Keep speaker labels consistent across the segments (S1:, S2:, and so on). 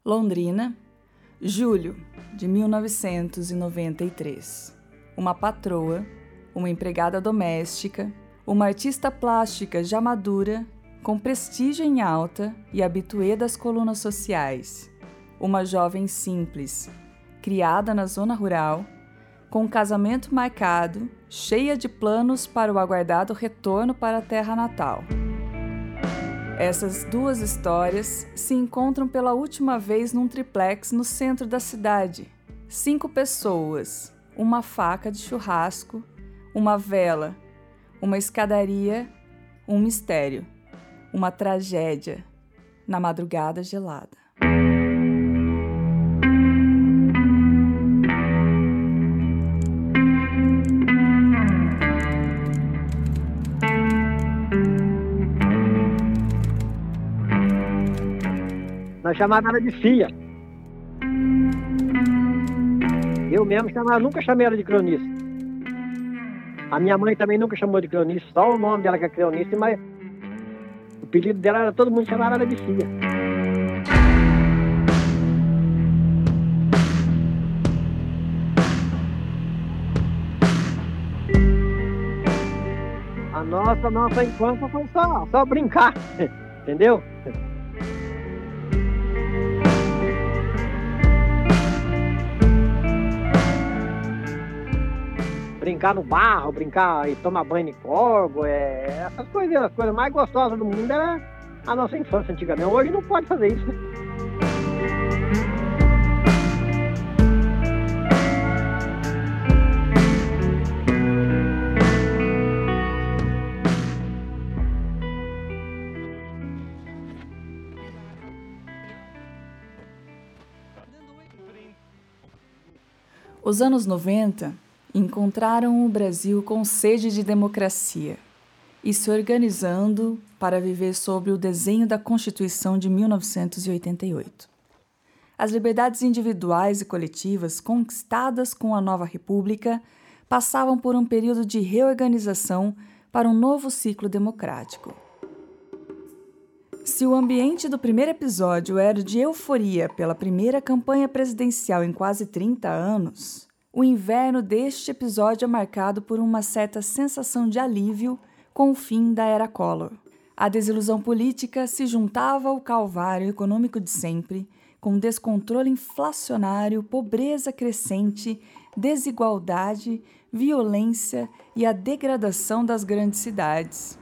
S1: Londrina, julho de 1993. Uma patroa, uma empregada doméstica, uma artista plástica já madura, com prestígio em alta e habituê das colunas sociais. Uma jovem simples, criada na zona rural, com um casamento marcado, cheia de planos para o aguardado retorno para a terra natal. Essas duas histórias se encontram pela última vez num triplex no centro da cidade. 5 pessoas, uma faca de churrasco, uma vela, uma escadaria, um mistério, uma tragédia na madrugada gelada.
S2: Nós chamávamos ela de Fia. Eu mesmo nunca chamei ela de cronista. A minha mãe também nunca chamou de cronista, só o nome dela que é cronista, mas o apelido dela era todo mundo chamava ela de Fia. A nossa infância foi só brincar, entendeu? Brincar no barro, brincar e tomar banho em corgo, essas coisas, as coisas mais gostosas do mundo era a nossa infância antigamente. Hoje não pode fazer isso, né?
S1: Os anos 90 encontraram o Brasil com sede de democracia e se organizando para viver sob o desenho da Constituição de 1988. As liberdades individuais e coletivas conquistadas com a nova República passavam por um período de reorganização para um novo ciclo democrático. Se o ambiente do primeiro episódio era de euforia pela primeira campanha presidencial em quase 30 anos, o inverno deste episódio é marcado por uma certa sensação de alívio com o fim da era Collor. A desilusão política se juntava ao calvário econômico de sempre, com descontrole inflacionário, pobreza crescente, desigualdade, violência e a degradação das grandes cidades.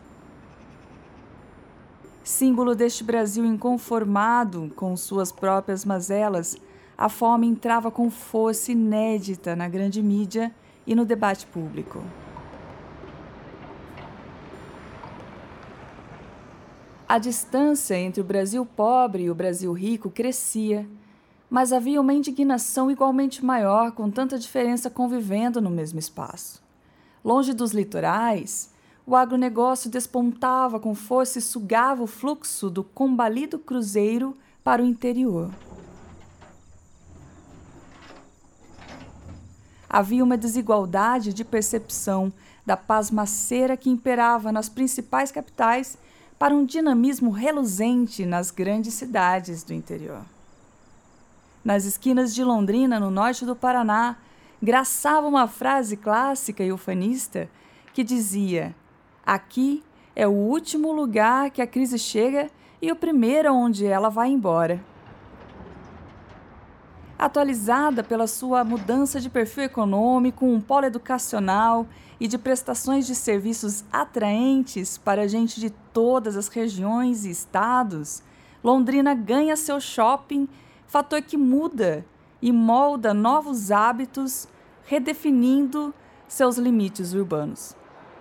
S1: Símbolo deste Brasil inconformado com suas próprias mazelas, a fome entrava com força inédita na grande mídia e no debate público. A distância entre o Brasil pobre e o Brasil rico crescia, mas havia uma indignação igualmente maior com tanta diferença convivendo no mesmo espaço. Longe dos litorais, o agronegócio despontava com força e sugava o fluxo do combalido cruzeiro para o interior. Havia uma desigualdade de percepção da pasmaceira que imperava nas principais capitais para um dinamismo reluzente nas grandes cidades do interior. Nas esquinas de Londrina, no norte do Paraná, graçava uma frase clássica e ufanista que dizia: "Aqui é o último lugar que a crise chega e o primeiro onde ela vai embora." Atualizada pela sua mudança de perfil econômico, um polo educacional e de prestações de serviços atraentes para gente de todas as regiões e estados, Londrina ganha seu shopping, fator que muda e molda novos hábitos, redefinindo seus limites urbanos.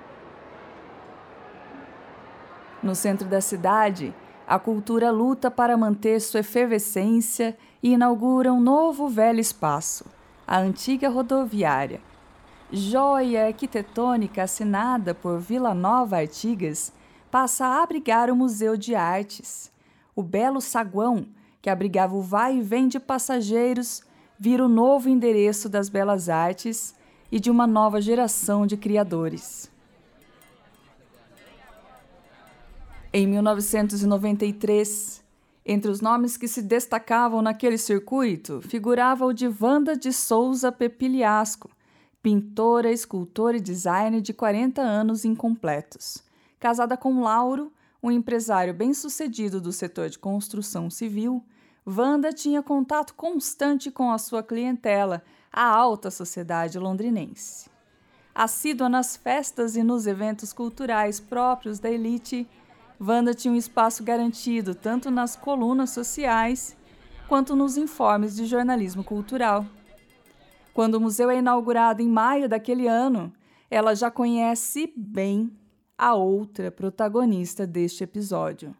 S1: No centro da cidade, a cultura luta para manter sua efervescência e inaugura um novo velho espaço, a antiga rodoviária. Joia arquitetônica assinada por Vila Nova Artigas, passa a abrigar o Museu de Artes. O belo saguão, que abrigava o vai e vem de passageiros, vira o novo endereço das belas artes e de uma nova geração de criadores. Em 1993, Entre os nomes que se destacavam naquele circuito, figurava o de Wanda de Souza Pepiliasco, pintora, escultora e designer de 40 anos incompletos. Casada com Lauro, um empresário bem-sucedido do setor de construção civil, Wanda tinha contato constante com a sua clientela, a alta sociedade londrinense. Assídua nas festas e nos eventos culturais próprios da elite, Wanda tinha um espaço garantido tanto nas colunas sociais quanto nos informes de jornalismo cultural. Quando o museu é inaugurado em maio daquele ano, ela já conhece bem a outra protagonista deste episódio.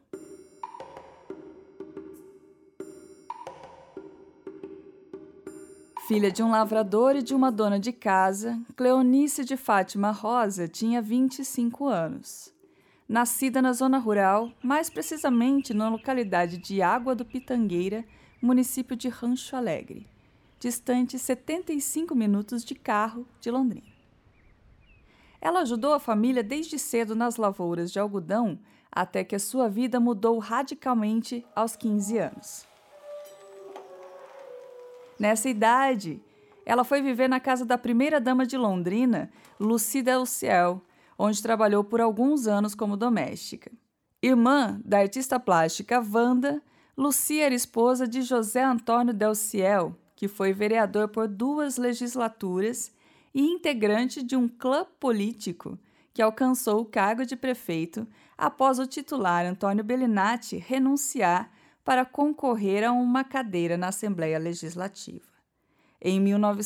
S1: Filha de um lavrador e de uma dona de casa, Cleonice de Fátima Rosa tinha 25 anos. Nascida na zona rural, mais precisamente na localidade de Água do Pitangueira, município de Rancho Alegre, distante 75 minutos de carro de Londrina. Ela ajudou a família desde cedo nas lavouras de algodão, até que a sua vida mudou radicalmente aos 15 anos. Nessa idade, ela foi viver na casa da primeira-dama de Londrina, Lucy Del Ciel, onde trabalhou por alguns anos como doméstica. Irmã da artista plástica Wanda, Lucy era esposa de José Antônio Del Ciel, que foi vereador por 2 legislaturas e integrante de um clã político que alcançou o cargo de prefeito após o titular Antônio Bellinati renunciar para concorrer a uma cadeira na Assembleia Legislativa. Em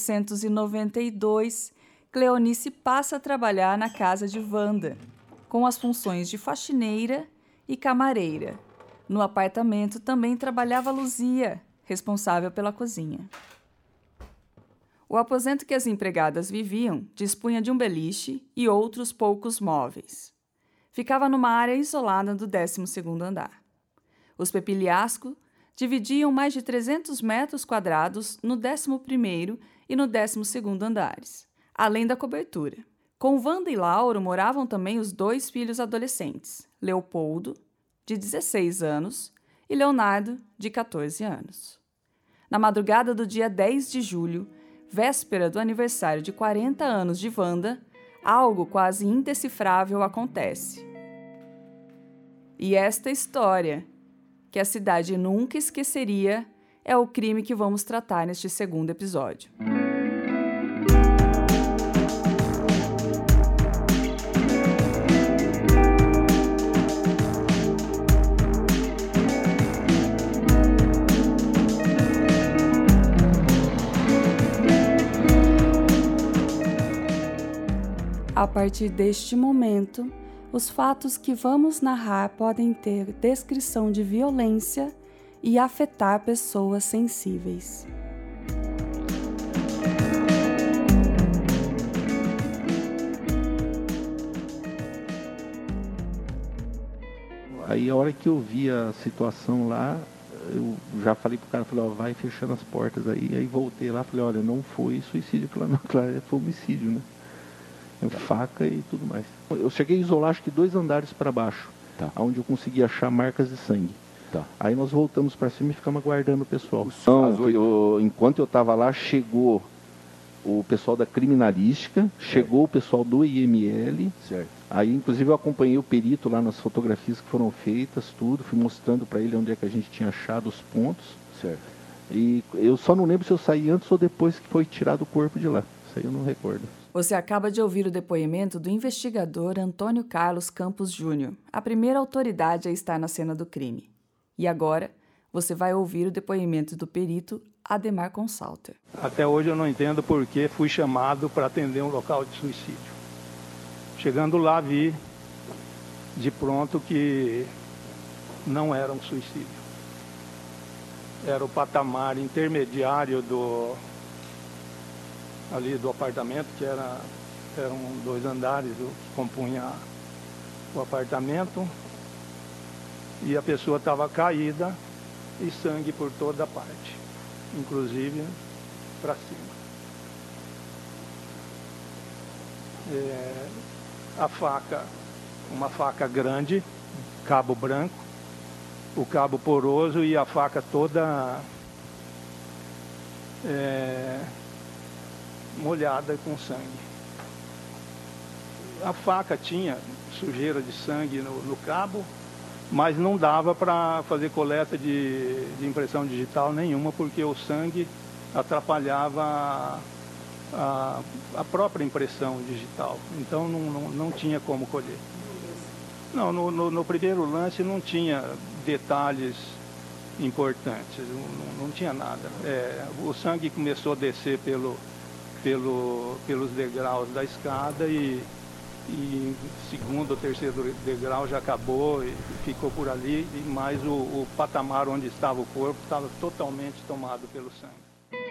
S1: 1992, Cleonice passa a trabalhar na casa de Wanda, com as funções de faxineira e camareira. No apartamento também trabalhava Luzia, responsável pela cozinha. O aposento que as empregadas viviam dispunha de um beliche e outros poucos móveis. Ficava numa área isolada do 12º andar. Os Pepiliasco dividiam mais de 300 metros quadrados no 11º e no 12º andares, além da cobertura. Com Wanda e Lauro moravam também os 2 filhos adolescentes, Leopoldo, de 16 anos, e Leonardo, de 14 anos. Na madrugada do dia 10 de julho, véspera do aniversário de 40 anos de Wanda, algo quase indecifrável acontece. E esta história, que a cidade nunca esqueceria, é o crime que vamos tratar neste 2º episódio. A partir deste momento, os fatos que vamos narrar podem ter descrição de violência e afetar pessoas sensíveis.
S3: Aí a hora que eu vi a situação lá, eu já falei pro cara, falei, ó, vai fechando as portas aí voltei lá, falei, olha, não foi suicídio, claro, não, claro, foi homicídio, né? Faca e tudo mais. Eu cheguei a isolar acho que 2 andares para baixo, tá, onde eu consegui achar marcas de sangue. Tá. Aí nós voltamos para cima e ficamos aguardando o pessoal. Então, enquanto eu estava lá, chegou o pessoal da criminalística, chegou o pessoal do IML. Certo. Aí, inclusive, eu acompanhei o perito lá nas fotografias que foram feitas, tudo, fui mostrando para ele onde é que a gente tinha achado os pontos. Certo. E eu só não lembro se eu saí antes ou depois que foi tirado o corpo de lá. Isso aí eu não recordo.
S1: Você acaba de ouvir o depoimento do investigador Antônio Carlos Campos Júnior, a primeira autoridade a estar na cena do crime. E agora, você vai ouvir o depoimento do perito Ademar Consalter.
S4: Até hoje eu não entendo por que fui chamado para atender um local de suicídio. Chegando lá, vi de pronto que não era um suicídio. Era o patamar intermediário ali do apartamento, que eram 2 andares que compunha o apartamento, e a pessoa estava caída e sangue por toda parte, inclusive para cima. A faca, uma faca grande, cabo branco, o cabo poroso e a faca toda molhada com sangue. A faca tinha sujeira de sangue no cabo, mas não dava para fazer coleta de impressão digital nenhuma, porque o sangue atrapalhava a própria impressão digital. Então não tinha como colher. Não, no primeiro lance não tinha detalhes importantes, não tinha nada. O sangue começou a descer pelos degraus da escada e segundo ou terceiro degrau já acabou e ficou por ali, mas o patamar onde estava o corpo estava totalmente tomado pelo sangue.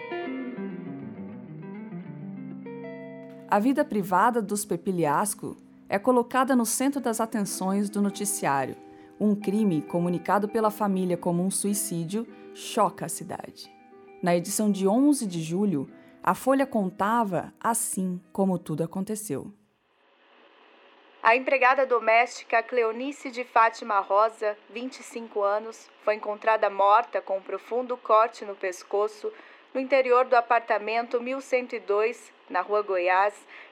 S1: A vida privada dos Pepiliasco é colocada no centro das atenções do noticiário. Um crime comunicado pela família como um suicídio choca a cidade. Na edição de 11 de julho, a Folha contava assim como tudo aconteceu.
S5: A empregada doméstica Cleonice de Fátima Rosa, 25 anos, foi encontrada morta com um profundo corte no pescoço no interior do apartamento 1102, na Rua Goiás,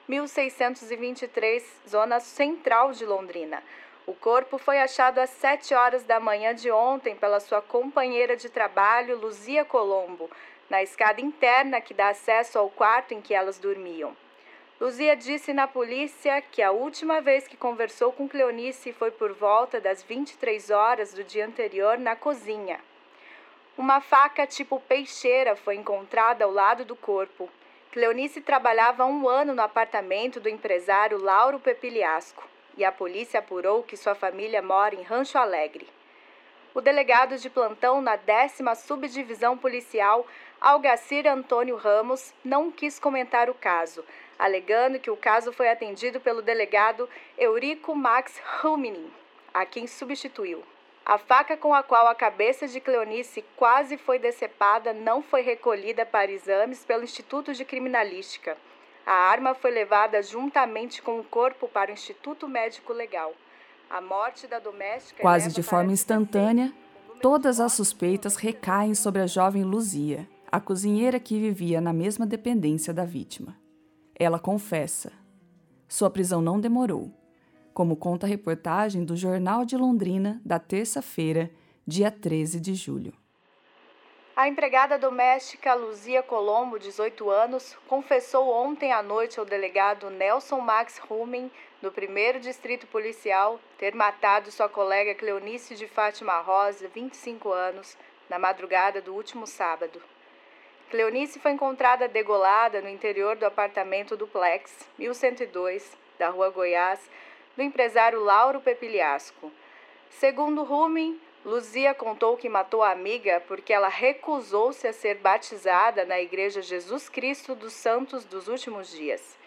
S5: 1623, zona central de Londrina. O corpo foi achado às 7 horas da manhã de ontem pela sua companheira de trabalho, Luzia Colombo, na escada interna que dá acesso ao quarto em que elas dormiam. Luzia disse na polícia que a última vez que conversou com Cleonice foi por volta das 23 horas do dia anterior na cozinha. Uma faca tipo peixeira foi encontrada ao lado do corpo. Cleonice trabalhava há 1 ano no apartamento do empresário Lauro Pepiliasco e a polícia apurou que sua família mora em Rancho Alegre. O delegado de plantão na 10ª Subdivisão Policial, Algacir Antônio Ramos, não quis comentar o caso, alegando que o caso foi atendido pelo delegado Eurico Max Ruminin, a quem substituiu. A faca com a qual a cabeça de Cleonice quase foi decepada não foi recolhida para exames pelo Instituto de Criminalística. A arma foi levada juntamente com o corpo para o Instituto Médico Legal. A morte da doméstica...
S1: Quase de forma instantânea, todas as suspeitas recaem sobre a jovem Luzia, a cozinheira que vivia na mesma dependência da vítima. Ela confessa. Sua prisão não demorou, como conta a reportagem do Jornal de Londrina da terça-feira, dia 13 de julho.
S5: A empregada doméstica Luzia Colombo, 18 anos, confessou ontem à noite ao delegado Nelson Max Rumen, do 1º Distrito Policial, ter matado sua colega Cleonice de Fátima Rosa, 25 anos, na madrugada do último sábado. Cleonice foi encontrada degolada no interior do apartamento duplex 1102, da Rua Goiás, do empresário Lauro Pepiliasco. Segundo Rumen, Luzia contou que matou a amiga porque ela recusou-se a ser batizada na Igreja Jesus Cristo dos Santos dos Últimos Dias.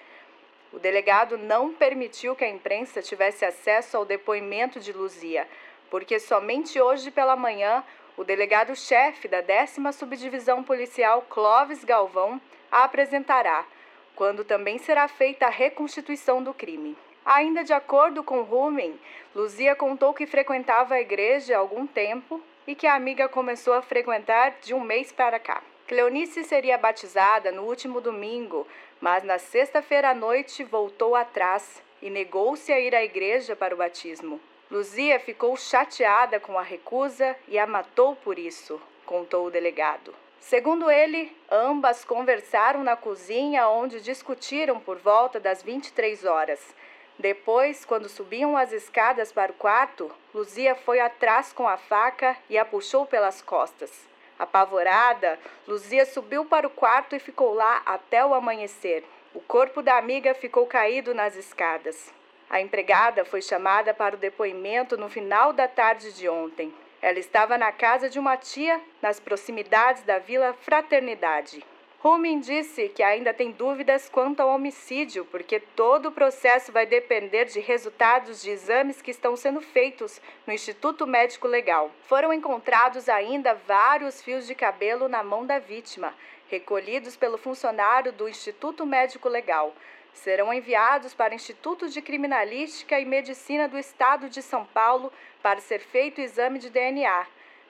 S5: O delegado não permitiu que a imprensa tivesse acesso ao depoimento de Luzia, porque somente hoje pela manhã o delegado-chefe da 10ª Subdivisão Policial, Clóvis Galvão, a apresentará, quando também será feita a reconstituição do crime. Ainda de acordo com Rumen, Luzia contou que frequentava a igreja há algum tempo e que a amiga começou a frequentar de 1 mês para cá. Cleonice seria batizada no último domingo, mas na sexta-feira à noite voltou atrás e negou-se a ir à igreja para o batismo. Luzia ficou chateada com a recusa e a matou por isso, contou o delegado. Segundo ele, ambas conversaram na cozinha onde discutiram por volta das 23 horas. Depois, quando subiam as escadas para o quarto, Luzia foi atrás com a faca e a puxou pelas costas. Apavorada, Luzia subiu para o quarto e ficou lá até o amanhecer. O corpo da amiga ficou caído nas escadas. A empregada foi chamada para o depoimento no final da tarde de ontem. Ela estava na casa de uma tia, nas proximidades da Vila Fraternidade. Rumen disse que ainda tem dúvidas quanto ao homicídio, porque todo o processo vai depender de resultados de exames que estão sendo feitos no Instituto Médico Legal. Foram encontrados ainda vários fios de cabelo na mão da vítima, recolhidos pelo funcionário do Instituto Médico Legal. Serão enviados para o Instituto de Criminalística e Medicina do Estado de São Paulo para ser feito o exame de DNA.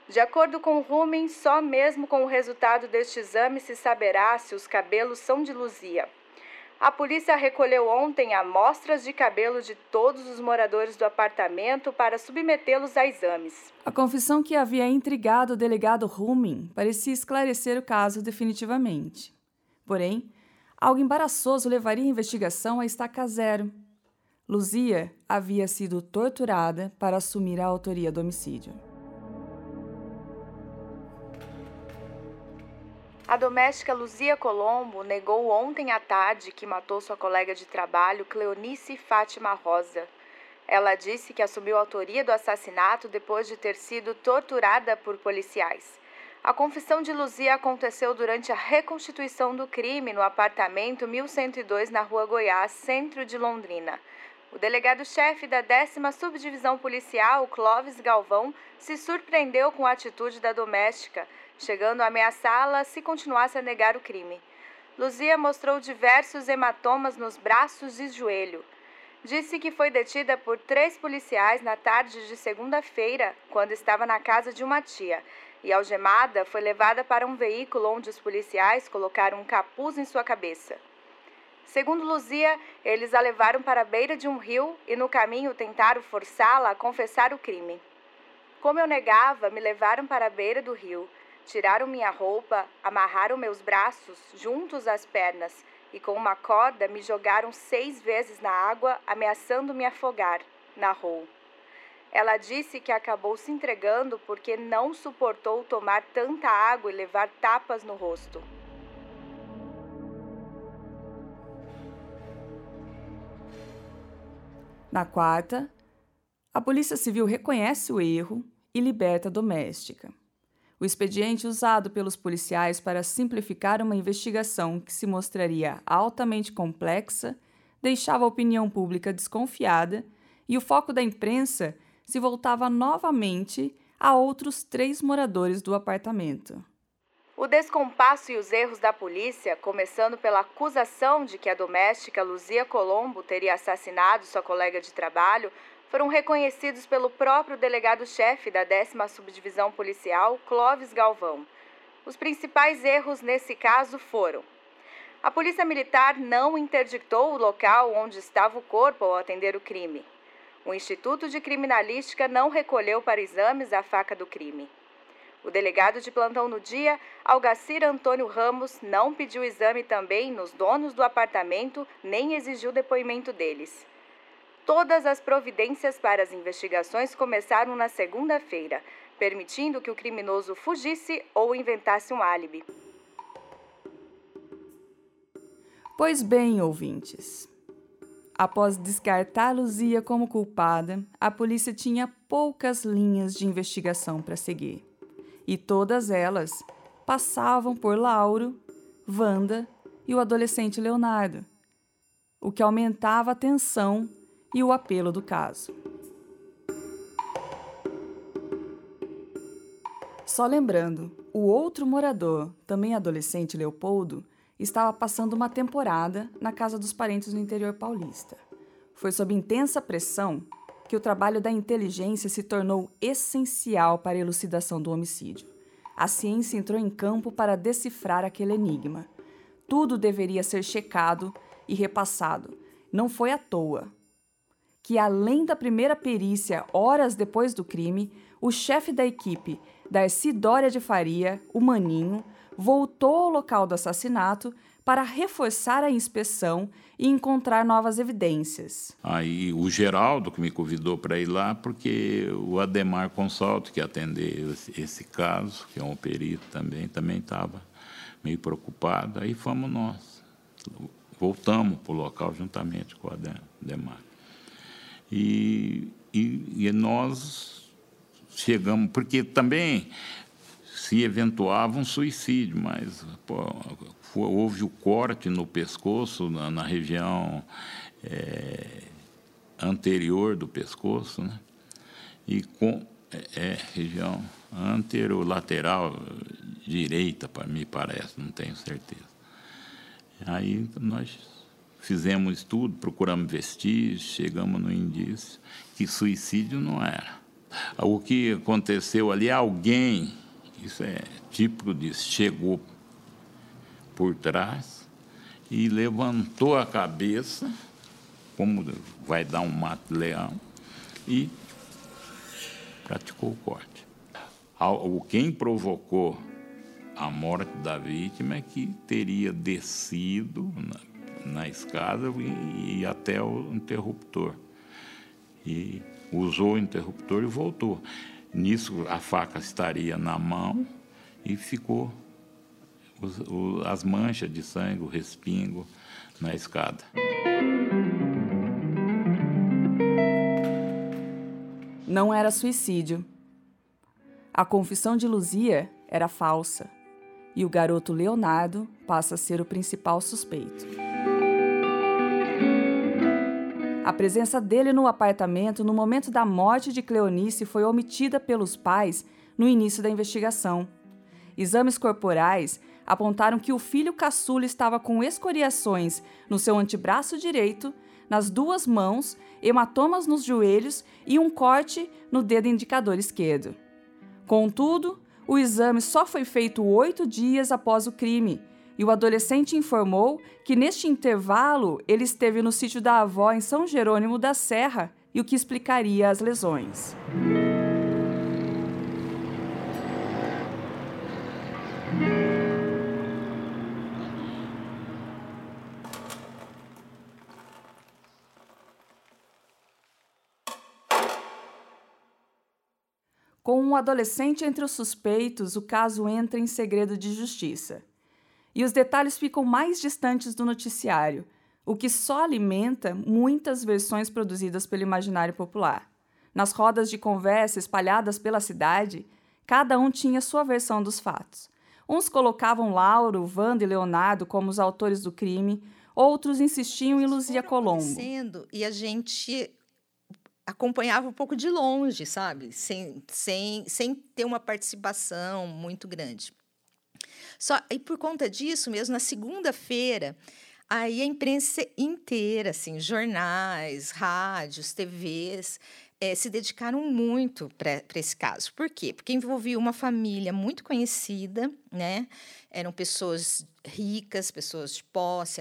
S5: De acordo com Rumen, só mesmo com o resultado deste exame se saberá se os cabelos são de Luzia. A polícia recolheu ontem amostras de cabelo de todos os moradores do apartamento para submetê-los a exames.
S1: A confissão que havia intrigado o delegado Rumen parecia esclarecer o caso definitivamente. Porém, algo embaraçoso levaria a investigação a estaca zero. Luzia havia sido torturada para assumir a autoria do homicídio.
S5: A doméstica Luzia Colombo negou ontem à tarde que matou sua colega de trabalho, Cleonice Fátima Rosa. Ela disse que assumiu a autoria do assassinato depois de ter sido torturada por policiais. A confissão de Luzia aconteceu durante a reconstituição do crime no apartamento 1102 na Rua Goiás, centro de Londrina. O delegado-chefe da 10ª Subdivisão Policial, Clóvis Galvão, se surpreendeu com a atitude da doméstica, chegando a ameaçá-la se continuasse a negar o crime. Luzia mostrou diversos hematomas nos braços e joelho. Disse que foi detida por 3 policiais na tarde de segunda-feira, quando estava na casa de uma tia, e algemada foi levada para um veículo onde os policiais colocaram um capuz em sua cabeça. Segundo Luzia, eles a levaram para a beira de um rio e no caminho tentaram forçá-la a confessar o crime. Como eu negava, me levaram para a beira do rio. Tiraram minha roupa, amarraram meus braços juntos às pernas e com uma corda me jogaram 6 vezes na água, ameaçando me afogar, narrou. Ela disse que acabou se entregando porque não suportou tomar tanta água e levar tapas no rosto.
S1: Na quarta, a Polícia Civil reconhece o erro e liberta a doméstica. O expediente usado pelos policiais para simplificar uma investigação que se mostraria altamente complexa deixava a opinião pública desconfiada e o foco da imprensa se voltava novamente a outros 3 moradores do apartamento.
S5: O descompasso e os erros da polícia, começando pela acusação de que a doméstica Luzia Colombo teria assassinado sua colega de trabalho, foram reconhecidos pelo próprio delegado-chefe da 10ª Subdivisão Policial, Clóvis Galvão. Os principais erros nesse caso foram: a Polícia Militar não interditou o local onde estava o corpo ao atender o crime. O Instituto de Criminalística não recolheu para exames a faca do crime. O delegado de plantão no dia, Algacir Antônio Ramos, não pediu exame também nos donos do apartamento, nem exigiu depoimento deles. Todas as providências para as investigações começaram na segunda-feira, permitindo que o criminoso fugisse ou inventasse um álibi.
S1: Pois bem, ouvintes, após descartar Luzia como culpada, a polícia tinha poucas linhas de investigação para seguir. E todas elas passavam por Lauro, Wanda e o adolescente Leonardo, o que aumentava a tensão e o apelo do caso. Só lembrando, o outro morador, também adolescente Leopoldo, estava passando uma temporada na casa dos parentes no interior paulista. Foi sob intensa pressão que o trabalho da inteligência se tornou essencial para a elucidação do homicídio. A ciência entrou em campo para decifrar aquele enigma. Tudo deveria ser checado e repassado. Não foi à toa que, além da primeira perícia, horas depois do crime, o chefe da equipe, Darcy Dória de Faria, o Maninho, voltou ao local do assassinato para reforçar a inspeção e encontrar novas evidências.
S6: Aí o Geraldo que me convidou para ir lá, porque o Ademar Consalto, que atendeu esse caso, que é um perito também estava meio preocupado. Aí fomos nós, voltamos para o local juntamente com o Ademar. E nós chegamos, porque também se eventuava um suicídio, mas houve o corte no pescoço, na região anterior do pescoço, né? E com região anterolateral direita, me parece, não tenho certeza. Aí nós fizemos estudo, procuramos vestígios, chegamos no indício que suicídio não era. O que aconteceu ali, alguém, isso é típico disso, chegou por trás e levantou a cabeça, como vai dar um mata-leão, e praticou o corte. Quem provocou a morte da vítima é que teria descido na escada e até o interruptor. E usou o interruptor e voltou. Nisso, a faca estaria na mão e ficou as manchas de sangue, o respingo na escada.
S1: Não era suicídio. A confissão de Luzia era falsa e o garoto Leonardo passa a ser o principal suspeito. A presença dele no apartamento no momento da morte de Cleonice foi omitida pelos pais no início da investigação. Exames corporais apontaram que o filho caçula estava com escoriações no seu antebraço direito, nas 2 mãos, hematomas nos joelhos e um corte no dedo indicador esquerdo. Contudo, o exame só foi feito 8 dias após o crime, e o adolescente informou que neste intervalo ele esteve no sítio da avó em São Jerônimo da Serra, e o que explicaria as lesões. Com um adolescente entre os suspeitos, o caso entra em segredo de justiça. E os detalhes ficam mais distantes do noticiário, o que só alimenta muitas versões produzidas pelo imaginário popular. Nas rodas de conversa espalhadas pela cidade, cada um tinha sua versão dos fatos. Uns colocavam Lauro, Wanda e Leonardo como os autores do crime, outros insistiam em Luzia Colombo.
S7: E a gente acompanhava um pouco de longe, sabe? Sem ter uma participação muito grande. E por conta disso mesmo, na segunda-feira, aí a imprensa inteira, assim, jornais, rádios, TVs, se dedicaram muito para esse caso. Por quê? Porque envolvia uma família muito conhecida, né? Eram pessoas ricas, pessoas de posse,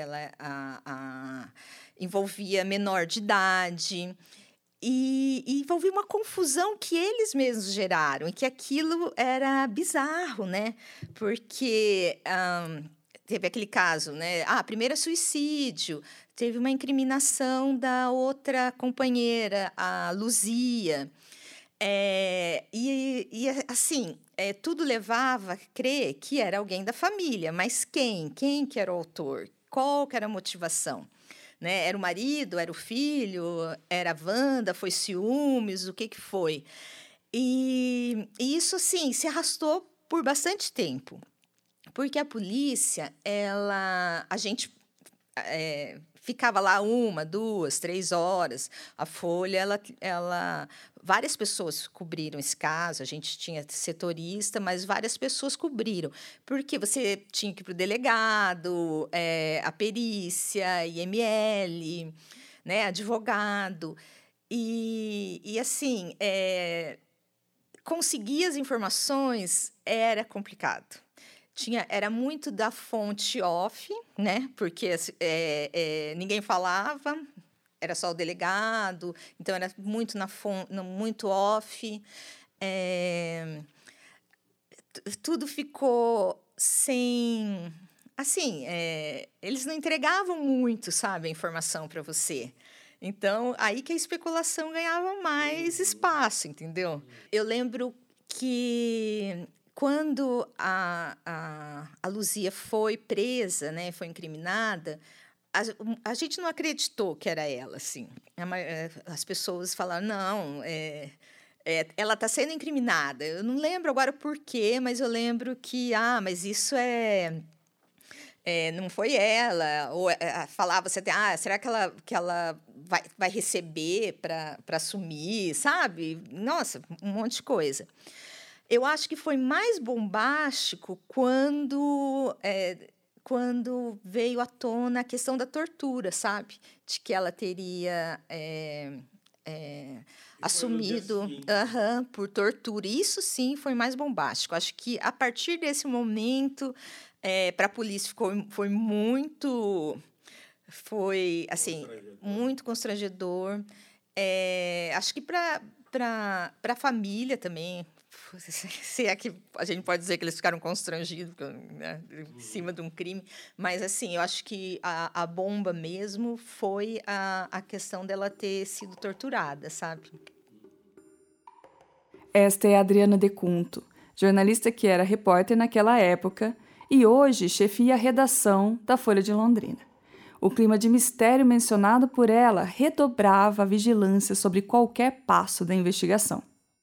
S7: envolvia menor de idade. E envolvia uma confusão que eles mesmos geraram, e que aquilo era bizarro, né? Porque teve aquele caso, né? Primeiro é suicídio, teve uma incriminação da outra companheira, a Luzia. Assim, tudo levava a crer que era alguém da família, mas quem? Quem que era o autor? Qual que era a motivação? Né? Era o marido, era o filho, era a Wanda, foi ciúmes, o que foi? E isso, assim, se arrastou por bastante tempo, porque a polícia, a gente ficava lá 1, 2, 3 horas. A Folha, várias pessoas cobriram esse caso. A gente tinha setorista, mas várias pessoas cobriram. Porque você tinha que ir para o delegado, a perícia, IML, né, advogado. E assim, conseguir as informações era complicado. Era muito da fonte off, né? Porque ninguém falava, era só o delegado, então era muito muito off. Tudo ficou sem... Assim, eles não entregavam muito, sabe, a informação para você. Então, aí que a especulação ganhava mais espaço, entendeu? Eu lembro que... Quando a Luzia foi presa, né, foi incriminada, a gente não acreditou que era ela, assim. As pessoas falaram, não, ela está sendo incriminada. Eu não lembro agora por quê, mas eu lembro que, mas isso não foi ela. Ou falava-se até, será que ela vai receber para assumir, sabe? Nossa, um monte de coisa. Eu acho que foi mais bombástico quando veio à tona a questão da tortura, sabe? De que ela teria assumido por tortura. Isso sim foi mais bombástico. Acho que a partir desse momento, para a polícia foi muito constrangedor. Acho que para a família também, se é que a gente pode dizer que eles ficaram constrangidos, né, em cima de um crime, mas assim, eu acho que a bomba mesmo foi a questão dela ter sido torturada, sabe?
S1: Esta é a Adriana Decunto, jornalista que era repórter naquela época e hoje chefia a redação da Folha de Londrina. O clima de mistério mencionado por ela redobrava a vigilância sobre qualquer passo da investigação.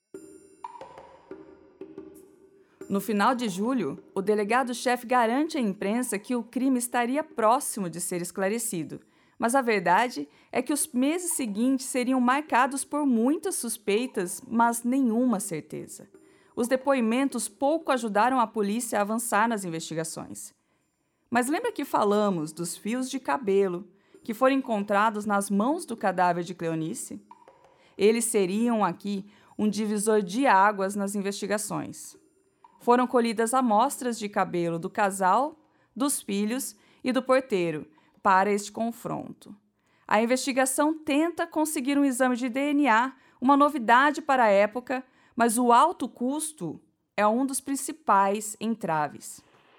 S1: No final de julho, o delegado-chefe garante à imprensa que o crime estaria próximo de ser esclarecido, mas a verdade é que os meses seguintes seriam marcados por muitas suspeitas, mas nenhuma certeza. Os depoimentos pouco ajudaram a polícia a avançar nas investigações. Mas lembra que falamos dos fios de cabelo que foram encontrados nas mãos do cadáver de Cleonice? Eles seriam aqui um divisor de águas nas investigações. Foram colhidas amostras de cabelo do casal, dos filhos e do porteiro para este confronto. A investigação tenta conseguir um exame de DNA, uma novidade para a época, mas o alto custo é um dos principais entraves.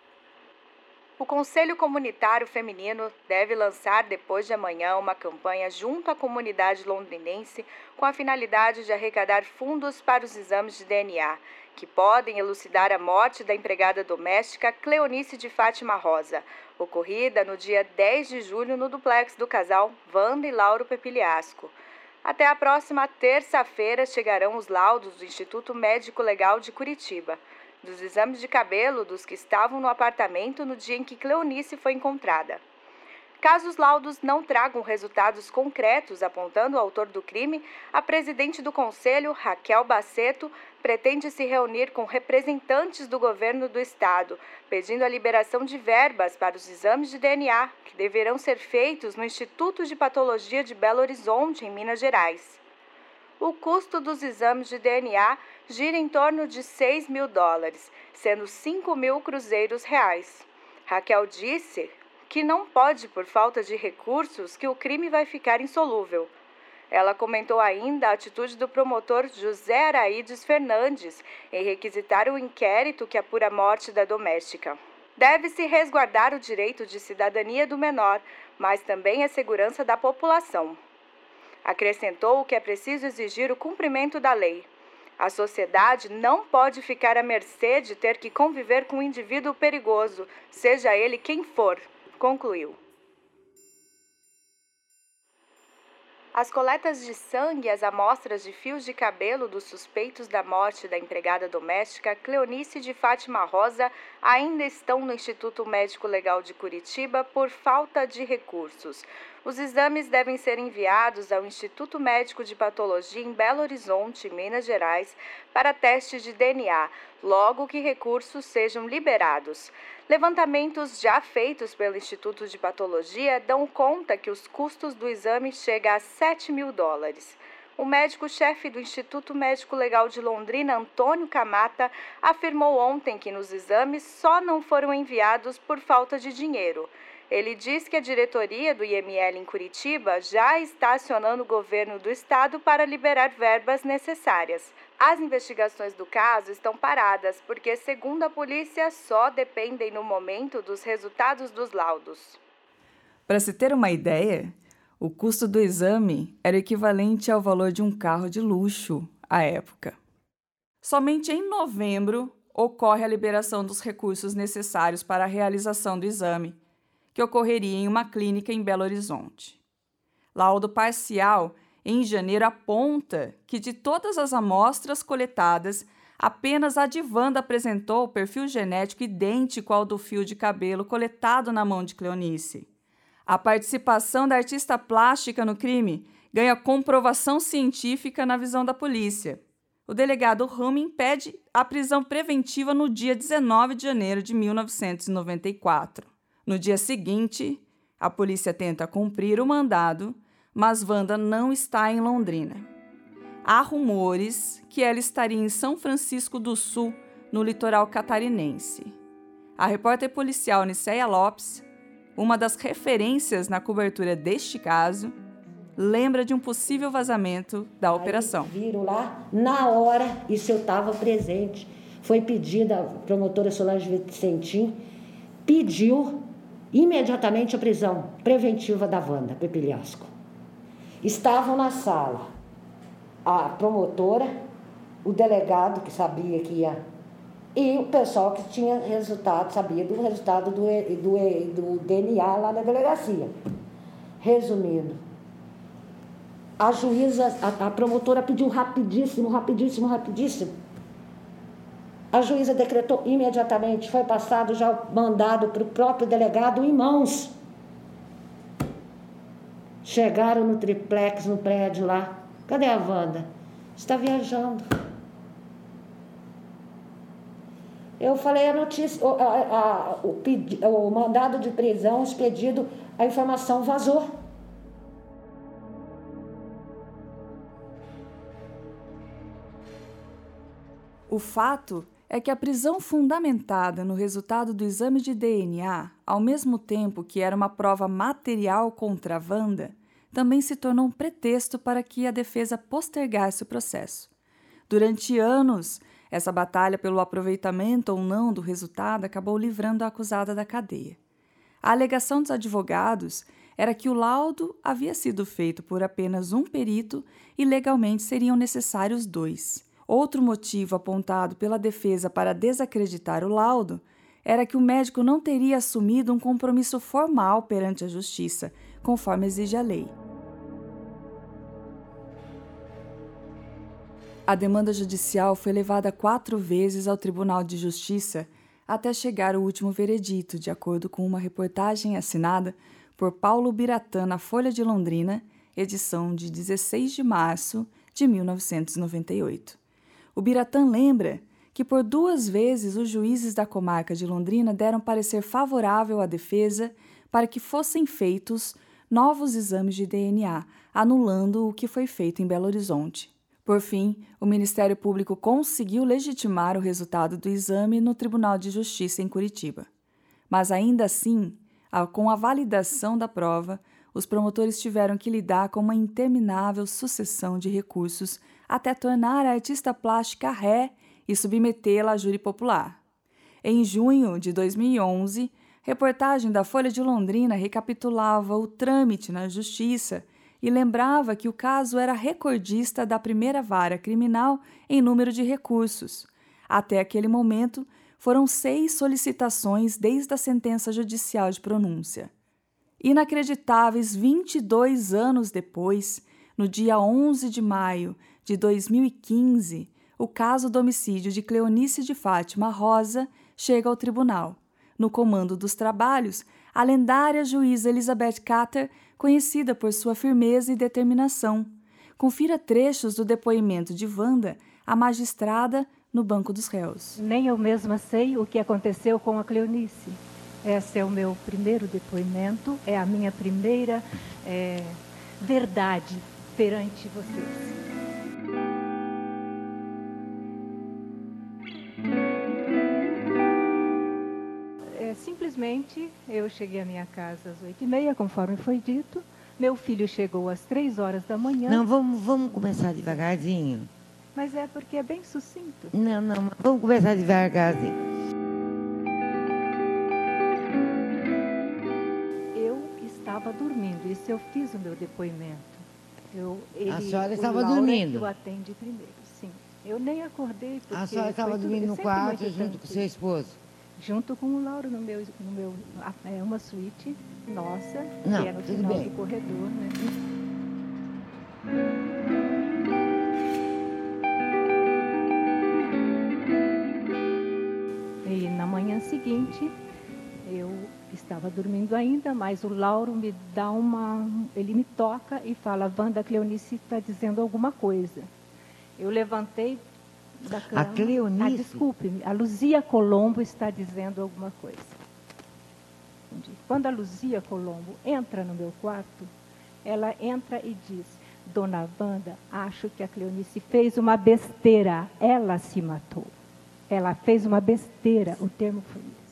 S5: O Conselho Comunitário Feminino deve lançar depois de amanhã uma campanha junto à comunidade londrinense com a finalidade de arrecadar fundos para os exames de DNA, que podem elucidar a morte da empregada doméstica Cleonice de Fátima Rosa, ocorrida no dia 10 de julho no duplex do casal Wanda e Lauro Pepiliasco. Até a próxima terça-feira chegarão os laudos do Instituto Médico Legal de Curitiba, dos exames de cabelo dos que estavam no apartamento no dia em que Cleonice foi encontrada. Caso os laudos não tragam resultados concretos apontando o autor do crime, a presidente do Conselho, Raquel Baceto, pretende se reunir com representantes do governo do estado, pedindo a liberação de verbas para os exames de DNA, que deverão ser feitos no Instituto de Patologia de Belo Horizonte, em Minas Gerais. O custo dos exames de DNA gira em torno de $6 mil, sendo 5 mil cruzeiros reais. Raquel disse que não pode, por falta de recursos, que o crime vai ficar insolúvel. Ela comentou ainda a atitude do promotor José Araides Fernandes em requisitar o inquérito que apura a morte da doméstica. Deve-se resguardar o direito de cidadania do menor, mas também a segurança da população. Acrescentou que é preciso exigir o cumprimento da lei. A sociedade não pode ficar à mercê de ter que conviver com um indivíduo perigoso, seja ele quem for, concluiu. As coletas de sangue e as amostras de fios de cabelo dos suspeitos da morte da empregada doméstica Cleonice de Fátima Rosa ainda estão no Instituto Médico Legal de Curitiba por falta de recursos. Os exames devem ser enviados ao Instituto Médico de Patologia em Belo Horizonte, Minas Gerais, para testes de DNA, logo que recursos sejam liberados. Levantamentos já feitos pelo Instituto de Patologia dão conta que os custos do exame chegam a $7 mil. O médico-chefe do Instituto Médico Legal de Londrina, Antônio Camata, afirmou ontem que nos exames só não foram enviados por falta de dinheiro. Ele diz que a diretoria do IML em Curitiba já está acionando o governo do estado para liberar verbas necessárias. As investigações do caso estão paradas porque, segundo a polícia, só dependem no momento dos resultados dos laudos.
S1: Para se ter uma ideia, o custo do exame era equivalente ao valor de um carro de luxo à época. Somente em novembro ocorre a liberação dos recursos necessários para a realização do exame, que ocorreria em uma clínica em Belo Horizonte. Laudo parcial, em janeiro, aponta que de todas as amostras coletadas, apenas a de Wanda apresentou o perfil genético idêntico ao do fio de cabelo coletado na mão de Cleonice. A participação da artista plástica no crime ganha comprovação científica na visão da polícia. O delegado Rumming pede a prisão preventiva no dia 19 de janeiro de 1994. No dia seguinte, a polícia tenta cumprir o mandado, mas Wanda não está em Londrina. Há rumores que ela estaria em São Francisco do Sul, no litoral catarinense. A repórter policial Nicéia Lopes, uma das referências na cobertura deste caso, lembra de um possível vazamento da operação.
S8: Viram lá, na hora, isso eu estava presente. Foi pedida, a promotora Solange Vicentim pediu imediatamente a prisão preventiva da Wanda Pepiliasco. Estavam na sala a promotora, o delegado que sabia que ia, e o pessoal que tinha resultado, sabia do resultado do DNA lá na delegacia. Resumindo, a juíza, a promotora pediu rapidíssimo. A juíza decretou imediatamente, foi passado já o mandado para o próprio delegado em mãos. Chegaram no triplex, no prédio lá. Cadê a Wanda? Está viajando. Eu falei a notícia, o mandado de prisão expedido, a informação vazou.
S1: O fato é que a prisão fundamentada no resultado do exame de DNA, ao mesmo tempo que era uma prova material contra a Wanda, também se tornou um pretexto para que a defesa postergasse o processo. Durante anos, essa batalha pelo aproveitamento ou não do resultado acabou livrando a acusada da cadeia. A alegação dos advogados era que o laudo havia sido feito por apenas um perito e legalmente seriam necessários 2. Outro motivo apontado pela defesa para desacreditar o laudo era que o médico não teria assumido um compromisso formal perante a justiça, conforme exige a lei. A demanda judicial foi levada 4 vezes ao Tribunal de Justiça até chegar o último veredito, de acordo com uma reportagem assinada por Paulo Biratã na Folha de Londrina, edição de 16 de março de 1998. O Biratã lembra que por 2 vezes os juízes da comarca de Londrina deram parecer favorável à defesa para que fossem feitos novos exames de DNA, anulando o que foi feito em Belo Horizonte. Por fim, o Ministério Público conseguiu legitimar o resultado do exame no Tribunal de Justiça em Curitiba. Mas ainda assim, com a validação da prova, os promotores tiveram que lidar com uma interminável sucessão de recursos até tornar a artista plástica ré e submetê-la a júri popular. Em junho de 2011, reportagem da Folha de Londrina recapitulava o trâmite na Justiça e lembrava que o caso era recordista da primeira vara criminal em número de recursos. Até aquele momento, foram 6 solicitações desde a sentença judicial de pronúncia. Inacreditáveis 22 anos depois, no dia 11 de maio de 2015, o caso do homicídio de Cleonice de Fátima Rosa chega ao tribunal. No comando dos trabalhos, a lendária juíza Elizabeth Cater, conhecida por sua firmeza e determinação. Confira trechos do depoimento de Wanda, a magistrada, no banco dos réus.
S9: Nem eu mesma sei o que aconteceu com a Cleonice. Esse é o meu primeiro depoimento, é a minha primeira verdade perante vocês. Simplesmente, eu cheguei à minha casa às 8h30, conforme foi dito. Meu filho chegou às 3h da manhã.
S10: Não, vamos começar devagarzinho.
S9: Mas é porque é bem sucinto.
S10: Não, vamos começar devagarzinho.
S9: Eu estava dormindo, isso eu fiz o meu depoimento.
S10: A senhora estava dormindo?
S9: Eu atendi primeiro, sim. Eu nem acordei. Porque
S10: a senhora estava dormindo no quarto junto com seu esposo?
S9: Junto com o Lauro no meu uma suíte nossa,
S10: não,
S9: que é no final do corredor, né? E na manhã seguinte, eu estava dormindo ainda, mas o Lauro me dá ele me toca e fala: Wanda, a Cleonice está dizendo alguma coisa. Eu levantei da cama.
S10: A Cleonice?
S9: Desculpe-me, a Luzia Colombo está dizendo alguma coisa. Quando a Luzia Colombo entra no meu quarto, ela entra e diz: Dona Wanda, acho que a Cleonice fez uma besteira. Ela se matou. Ela fez uma besteira. O termo foi esse.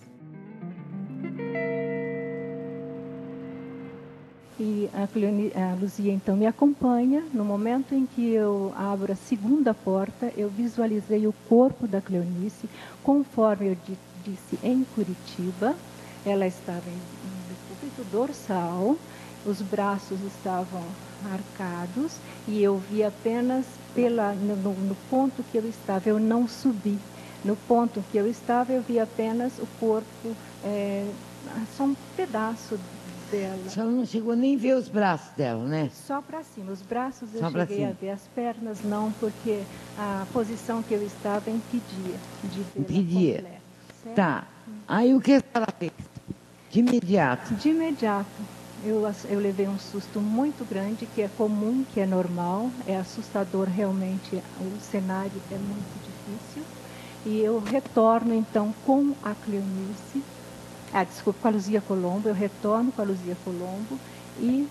S9: E a Luzia, então, me acompanha. No momento em que eu abro a segunda porta, eu visualizei o corpo da Cleonice, conforme eu disse, em Curitiba. Ela estava em decúbito dorsal, os braços estavam arcados, e eu vi apenas no ponto que eu estava. Eu não subi. No ponto que eu estava, eu vi apenas o corpo, só um pedaço dela.
S10: Você não chegou nem a ver os braços dela, né?
S9: Só para cima. Os braços
S10: só
S9: eu cheguei a ver, as pernas não, porque a posição que eu estava impedia de ver.
S10: Impedia.
S9: Completa, certo?
S10: Tá. Aí o que ela fez? De imediato? De
S9: imediato. Eu levei um susto muito grande, que é comum, que é normal, é assustador realmente, o cenário é muito difícil. E eu retorno, então, com a Cleonice, com a Luzia Colombo, eu retorno com a Luzia Colombo e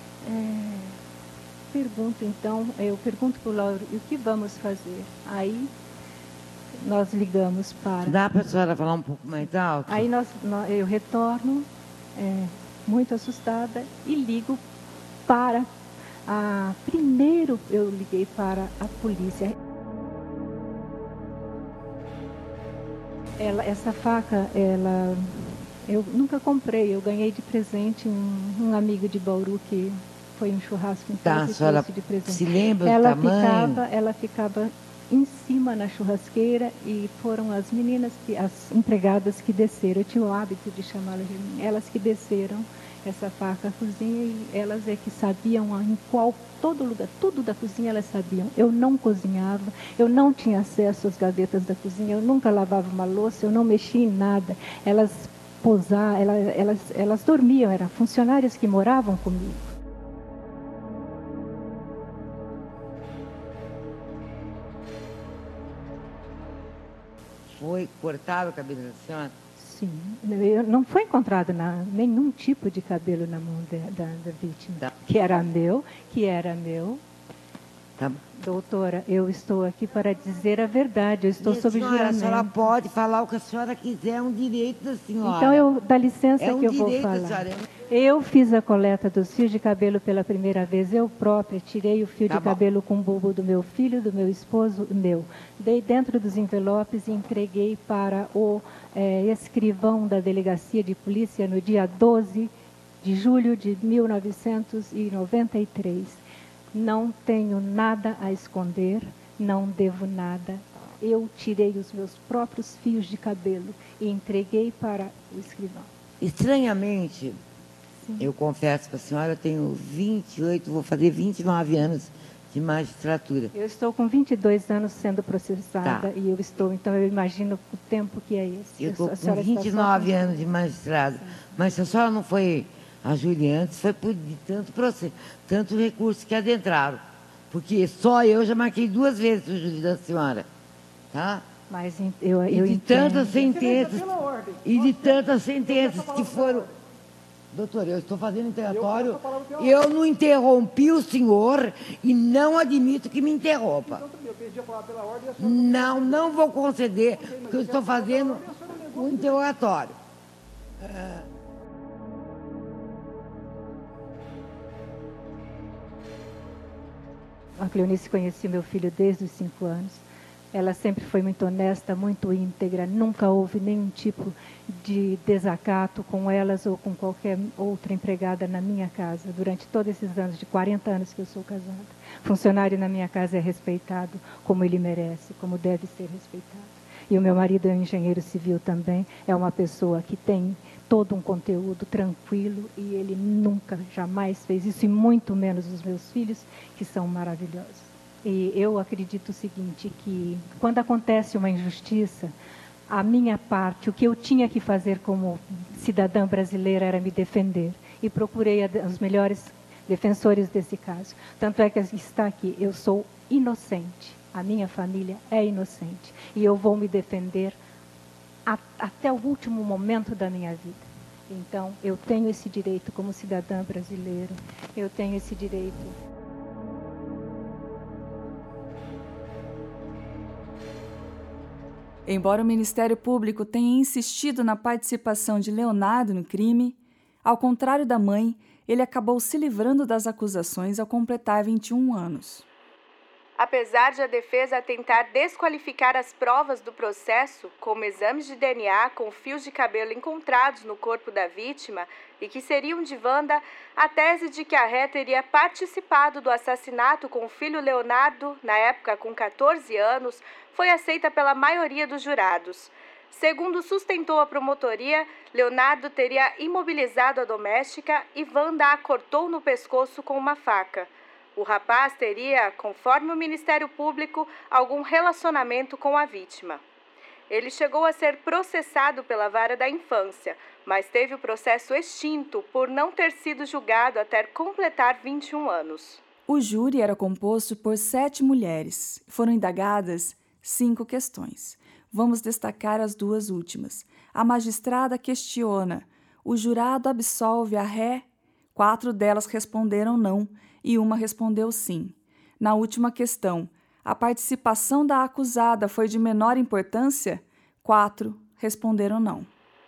S9: eu pergunto para o Lauro, e o que vamos fazer? Aí nós ligamos para...
S10: Dá para a senhora falar um pouco mais alto?
S9: Aí eu retorno, muito assustada, e ligo para primeiro eu liguei para a polícia. Essa faca, eu nunca comprei, eu ganhei de presente um amigo de Bauru que foi um churrasco em casa e trouxe de presente.
S10: Se lembra do tamanho?
S9: Ela ficava em cima na churrasqueira e foram as meninas, as empregadas que desceram. Eu tinha o hábito de chamá-las de mim. Elas que desceram essa faca à cozinha e elas é que sabiam em todo lugar, tudo da cozinha elas sabiam. Eu não cozinhava, eu não tinha acesso às gavetas da cozinha, eu nunca lavava uma louça, eu não mexia em nada. Elas dormiam, eram funcionárias que moravam comigo.
S10: Foi cortado o cabelo da senhora?
S9: Sim, não foi encontrado nenhum tipo de cabelo na mão da vítima, que era meu.
S10: Tá.
S9: Doutora, eu estou aqui para dizer a verdade, eu estou sob juramento.
S10: A senhora pode falar o que a senhora quiser, é um direito da senhora.
S9: Então, dá licença que eu vou falar. Eu fiz a coleta dos fios de cabelo pela primeira vez, eu própria tirei o fio de cabelo com o bulbo do meu filho, do meu esposo, dei dentro dos envelopes e entreguei para o escrivão da delegacia de polícia no dia 12 de julho de 1993. Não tenho nada a esconder, não devo nada. Eu tirei os meus próprios fios de cabelo e entreguei para o escrivão.
S10: Estranhamente, sim, eu confesso para a senhora, eu tenho 28, vou fazer 29 anos de magistratura.
S9: Eu estou com 22 anos sendo processada e então eu imagino o tempo que é esse.
S10: Eu estou com 29 anos de magistrada, mas se a senhora não foi a Juliantes, foi por tanto recurso que adentraram, porque só eu já marquei 2 vezes o júri da senhora, tá?
S9: Mas eu entendo.
S10: De tantas sentenças que foram... Doutor, eu estou fazendo interrogatório, eu não interrompi o senhor e não admito que me interrompa. Não vou conceder, porque eu estou fazendo um interrogatório.
S9: A Cleonice conhecia meu filho desde os 5 anos. Ela sempre foi muito honesta, muito íntegra. Nunca houve nenhum tipo de desacato com elas ou com qualquer outra empregada na minha casa. Durante todos esses anos, de 40 anos que eu sou casada. Funcionário na minha casa é respeitado como ele merece, como deve ser respeitado. E o meu marido é um engenheiro civil também. É uma pessoa que tem todo um conteúdo tranquilo e ele nunca, jamais fez isso, e muito menos os meus filhos, que são maravilhosos. E eu acredito o seguinte, que quando acontece uma injustiça, a minha parte, o que eu tinha que fazer como cidadã brasileira era me defender. E procurei os melhores defensores desse caso. Tanto é que está aqui, eu sou inocente, a minha família é inocente. E eu vou me defender até o último momento da minha vida. Então, eu tenho esse direito como cidadã brasileira, eu tenho esse direito.
S1: Embora o Ministério Público tenha insistido na participação de Leonardo no crime, ao contrário da mãe, ele acabou se livrando das acusações ao completar 21 anos.
S5: Apesar de a defesa tentar desqualificar as provas do processo, como exames de DNA com fios de cabelo encontrados no corpo da vítima e que seriam de Wanda, a tese de que a ré teria participado do assassinato com o filho Leonardo, na época com 14 anos, foi aceita pela maioria dos jurados. Segundo sustentou a promotoria, Leonardo teria imobilizado a doméstica e Wanda a cortou no pescoço com uma faca. O rapaz teria, conforme o Ministério Público, algum relacionamento com a vítima. Ele chegou a ser processado pela Vara da Infância, mas teve o processo extinto por não ter sido julgado até completar 21 anos.
S1: O júri era composto por 7 mulheres. Foram indagadas 5 questões. Vamos destacar as 2 últimas. A magistrada questiona. O jurado absolve a ré? 4 delas responderam não e uma respondeu sim. Na última questão, a participação da acusada foi de menor importância? 4 responderam não.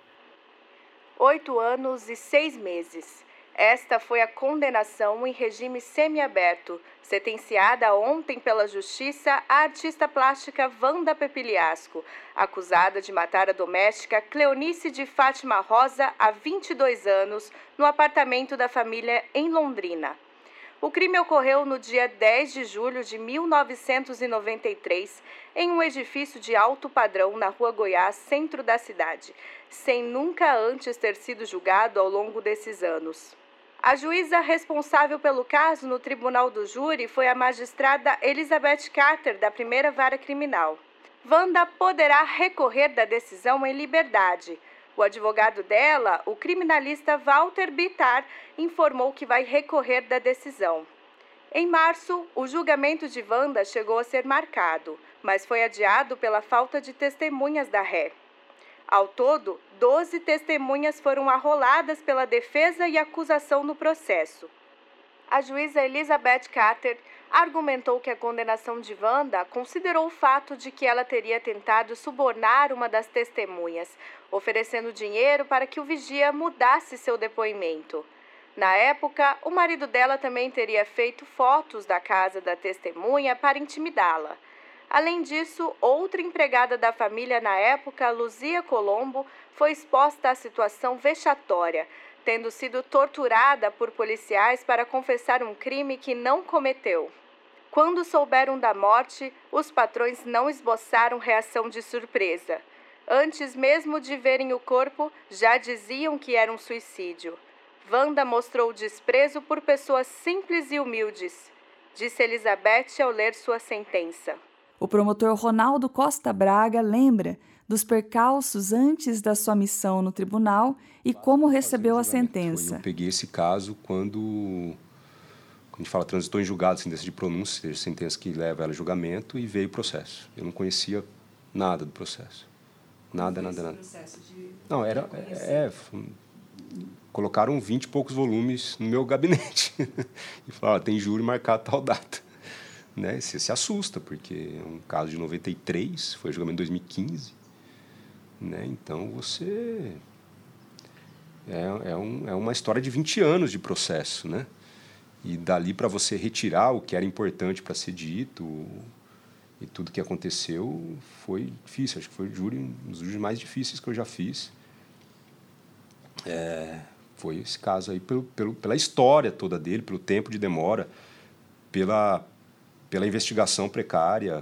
S5: 8 anos e 6 meses. Esta foi a condenação em regime semiaberto, sentenciada ontem pela Justiça à artista plástica Wanda Pepiliasco, acusada de matar a doméstica Cleonice de Fátima Rosa há 22 anos, no apartamento da família em Londrina. O crime ocorreu no dia 10 de julho de 1993, em um edifício de alto padrão na Rua Goiás, centro da cidade, sem nunca antes ter sido julgado ao longo desses anos. A juíza responsável pelo caso no Tribunal do Júri foi a magistrada Elizabeth Carter, da Primeira Vara Criminal. Wanda poderá recorrer da decisão em liberdade. O advogado dela, o criminalista Walter Bittar, informou que vai recorrer da decisão. Em março, o julgamento de Wanda chegou a ser marcado, mas foi adiado pela falta de testemunhas da ré. Ao todo, 12 testemunhas foram arroladas pela defesa e acusação no processo. A juíza Elizabeth Carter argumentou que a condenação de Wanda considerou o fato de que ela teria tentado subornar uma das testemunhas, oferecendo dinheiro para que o vigia mudasse seu depoimento. Na época, o marido dela também teria feito fotos da casa da testemunha para intimidá-la. Além disso, outra empregada da família na época, Luzia Colombo, foi exposta à situação vexatória, tendo sido torturada por policiais para confessar um crime que não cometeu. Quando souberam da morte, os patrões não esboçaram reação de surpresa. Antes mesmo de verem o corpo, já diziam que era um suicídio. Wanda mostrou desprezo por pessoas simples e humildes, disse Elizabeth ao ler sua sentença.
S1: O promotor Ronaldo Costa Braga lembra dos percalços antes da sua missão no tribunal e como recebeu a sentença.
S11: Eu peguei esse caso quando a gente fala transitou em julgado, sentença de pronúncia, sentença que leva ela a julgamento, e veio o processo. Eu não conhecia nada do processo. Nada. Não, colocaram 20 e poucos volumes no meu gabinete. E falaram, tem júri marcado tal data. Né? Você se assusta, porque é um caso de 93, foi julgamento em 2015. Né? Então, você... É uma história de 20 anos de processo, né? E dali para você retirar o que era importante para ser dito e tudo que aconteceu foi difícil. Acho que foi um dos júris mais difíceis que eu já fiz. Foi esse caso aí pela história toda dele, pelo tempo de demora, pela investigação precária,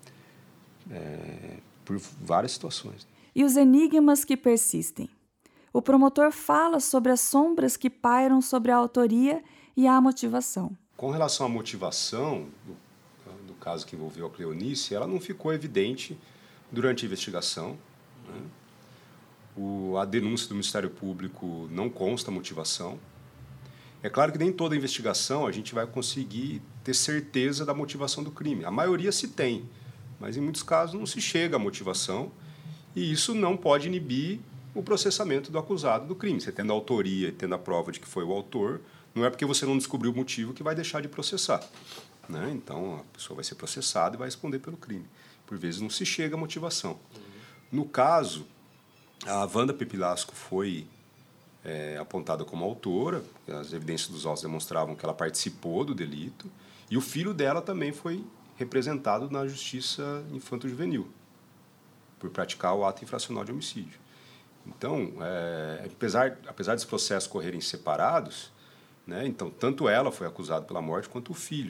S11: por várias situações.
S1: E os enigmas que persistem. O promotor fala sobre as sombras que pairam sobre a autoria e a motivação. Com
S11: relação à motivação do caso que envolveu a Cleonice, ela não ficou evidente durante a investigação. Né? A denúncia do Ministério Público não consta a motivação. É claro que nem toda investigação a gente vai conseguir ter certeza da motivação do crime. A maioria se tem, mas em muitos casos não se chega à motivação, e isso não pode inibir o processamento do acusado do crime. Você tendo a autoria e tendo a prova de que foi o autor, não é porque você não descobriu o motivo que vai deixar de processar. Né? Então, a pessoa vai ser processada e vai responder pelo crime. Por vezes não se chega à motivação. No caso, a Wanda Pepilasco foi apontada como autora, as evidências dos autos demonstravam que ela participou do delito, e o filho dela também foi representado na Justiça Infanto-Juvenil, por praticar o ato infracional de homicídio. Então, apesar dos processos correrem separados, né, então, tanto ela foi acusada pela morte quanto o filho.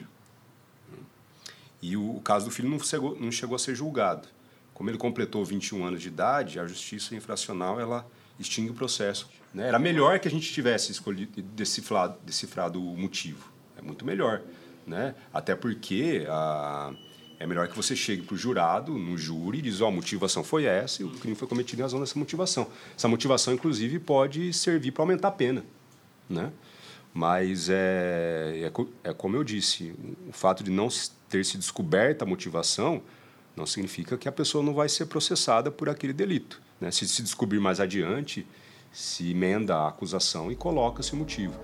S11: E o caso do filho não chegou a ser julgado. Como ele completou 21 anos de idade, a Justiça Infracional ela extingue o processo. Né? Era melhor que a gente tivesse escolhido decifrado o motivo. É muito melhor. Né? Até porque é melhor que você chegue para o jurado, no júri, e diz, a motivação foi essa e o crime foi cometido em razão dessa motivação. Essa motivação, inclusive, pode servir para aumentar a pena. Né? Mas é como eu disse, o fato de não ter se descoberta a motivação não significa que a pessoa não vai ser processada por aquele delito. Né? Se descobrir mais adiante, se emenda a acusação e coloca-se o motivo.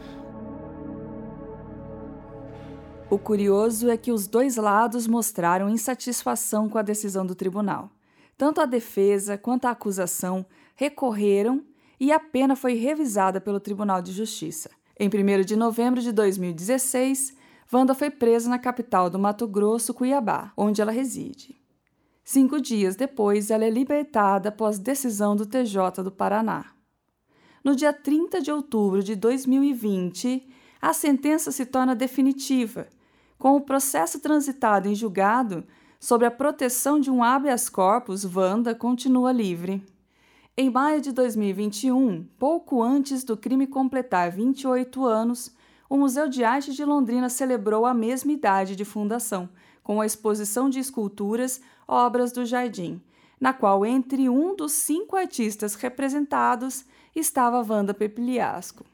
S1: O curioso é que os dois lados mostraram insatisfação com a decisão do tribunal. Tanto a defesa quanto a acusação recorreram e a pena foi revisada pelo Tribunal de Justiça. Em 1º de novembro de 2016, Wanda foi presa na capital do Mato Grosso, Cuiabá, onde ela reside. 5 dias depois, ela é libertada após decisão do TJ do Paraná. No dia 30 de outubro de 2020, a sentença se torna definitiva, com o processo transitado em julgado sobre a proteção de um habeas corpus, Wanda continua livre. Em maio de 2021, pouco antes do crime completar 28 anos, o Museu de Arte de Londrina celebrou a mesma idade de fundação, com a exposição de esculturas Obras do Jardim, na qual, entre um dos 5 artistas representados, estava Wanda Pepilasco.